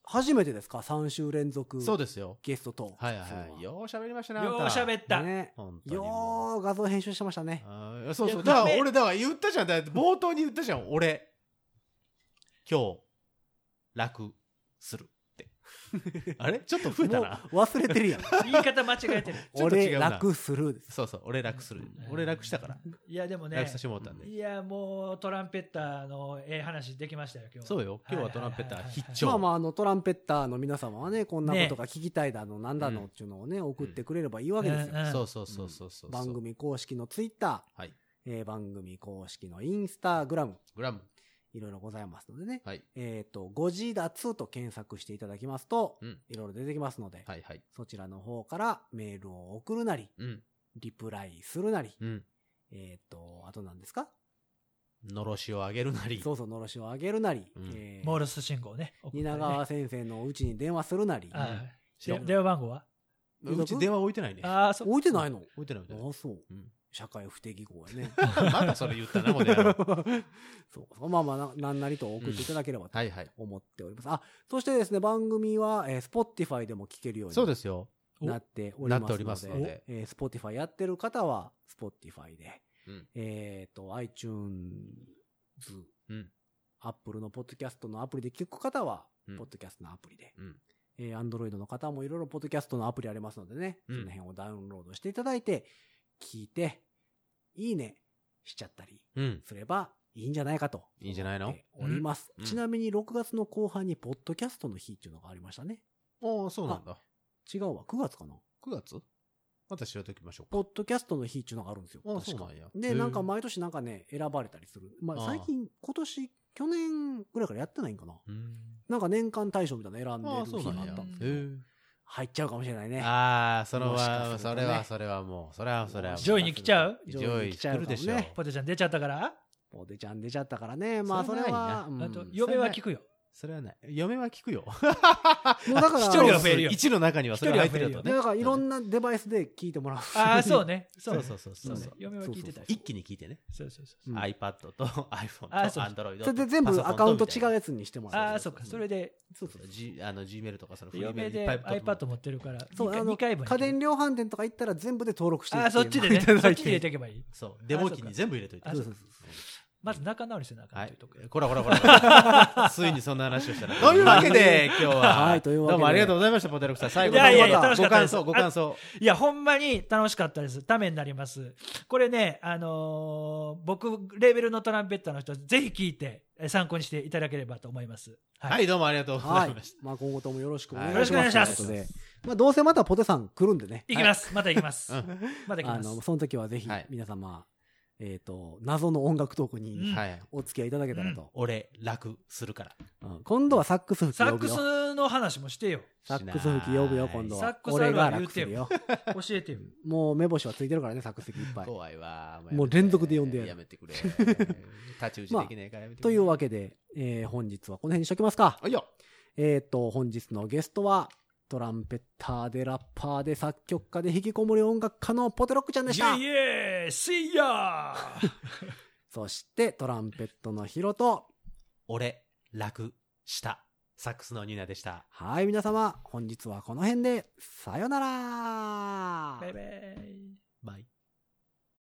初めてですか ?さん 週連続。 そうですよ。 ゲストトーク。 はいはいはい。よう喋りましたね。 よう喋った。 ね。 本当によー画像編集してましたね。 あーそうそう。 いやだから俺、だから言ったじゃん。だって冒頭に言ったじゃん。俺、今日、楽するって。あれちょっと増えたな。 もう忘れてるやん。 言い方間違えてる。 ちょっと違俺うな楽するです。 そうそう。俺楽する。俺楽したから。 いやでもね楽させてもらったんで。 いやもうトランペッターのええ話できましたよ今日。 そうよ。今日はトランペッター必聴。 まあまあ、あの、トランペッターの皆様はね、こんなことが聞きたいだの、なんだのっていうのをね、送ってくれればいいわけですよ。 うんうんそうそうそうそうそう。 番。組公式のツイッター、 はい。 えー番組公式のインスタグラム、 グラム。 いろいろございますのでね。 はい。 えっ、と、ご自立と検索していただきますと、 うん。 いろいろ出てきますので、 はいはい。 そちらの方からメールを送るなり、 うん。 リプライするなり、 うん。 えっ、と、あと何ですかのろしを上げるなり。 そうそう、のろしを上げるなり、 うんえーモールス信号ね。送ったりね蜷川先生のうちに電話するなり、 はい知らんで電話番号はうち電話置いてないね。 ああそう。 置いてないの置いてない置いてないああ、そう。 うん。 社会不適合やね。 まだそれ言ったな、もうね。 そう。まあまあな、なんなりと送っていただければとはいはい。 思っております。あ、そしてですね、番組は、えー、Spotify でも聞けるようにそうですよ。 なっておりますので、 なっておりますのでえー、Spotify やってる方は、Spotify で、 うん。 えっ、と、iTunes、 うん。 Apple のポッドキャストのアプリで聞く方は、 うんポッドキャストのアプリで、 うん。 えー、Android の方もいろいろポッドキャストのアプリありますのでね、 うんその辺をダウンロードしていただいて、聞いて、いいねしちゃったりうん。 すればいいんじゃないかと。 いいんじゃないの思っております。 うんちなみにろくがつの後半にポッドキャストの日っていうのがありましたね。 ああ、そうなんだ。 違うわ、くがつかな。 くがつまた調べておきましょうか。 ポッドキャストの日っていうのがあるんですよ。 あ確かそうなんやで、 へーなんか毎年なんかね、選ばれたりする。まあああ最近、今年、去年ぐらいからやってないんかな。 うん。 なんか年間大賞みたいなの選んああ、 でる日そうなんや。 があったんですけど、 へえ。 入っちゃうかもしれないね。 ああ、そのもしかは、 するとねそれは、それはもう、それは、それはもう。 上位に来ちゃう上位に来ちゃうかも上位来るでしょね。 ポテちゃん出ちゃったからポテちゃん出ちゃったからね。まあそそれはれは、 ないうんあと嫁は聞くよ。 それはない。嫁は聞くよ。 もうだから、 一人は増えるよ一の中にはそれが入ってるとね。 いやだからいろんなデバイスで聞いてもらう。 ああそうね。 そうそうそうそうそうね嫁は聞いてたよ。 一気に聞いてね。 うそうそうそう。 ん iPad と iPhone とあそう Android とそれで全部アカウント違うやつにしてもらう。 ああそっか。それでそうそう。 G あの Gmail とかそのフリーメー嫁でルいっぱい iPad 持ってるからそう、あの、 にかいぶん家電量販店とか行ったら全部で登録してああそっちでね。 いただいてそっちに入れていけばいい。 そうデモ機に全部入れといてあそううそそうそう。 まず仲直りせなあかんはいというとここらこらこらついにそんな話をしたらというわけで今日ははいというわけでどうもありがとうございましたポテロクさん最後いやいやいやまた楽しかったですご感想ご感想いや、ほんまに楽しかったです。ためになります。これね、あのー僕、レーベルのトランペッターの人、ぜひ聞いて、え参考にしていただければと思います。はい。 はいどうもありがとうござはいいました。 まあ今後ともよろしくお願いしはいます。 よろしくお願いしますということでまあどうせまたポテさん来るんでね。 行きます。また行きます。 うんまた行きます。 あの、その時はぜひはい皆様、えっと、謎の音楽トークにうんはいお付き合いいただけたらと。 俺楽するからうん今度はサックス吹きサック呼ぶよ。 スの話もしてよ。 サックス吹き呼ぶよ、今度は。 サックスあ俺がるある楽するよ。 教えてよ。 もう目星はついてるからね、サックス吹きいっぱい。 怖いわもう連続で呼んでやるやめてくれ太刀打ちできねえからやめてくれというわけで、えー本日はこの辺にしときますか。 はいよえっと、本日のゲストは、トランペッターでラッパーで作曲家で引きこもり音楽家のポテロックちゃんでした。 イエーイ See ya! そしてトランペットのヒロと、 俺楽したサックスのニーナでしたはい、皆様、本日はこの辺で、さよならバイバイ。 バイ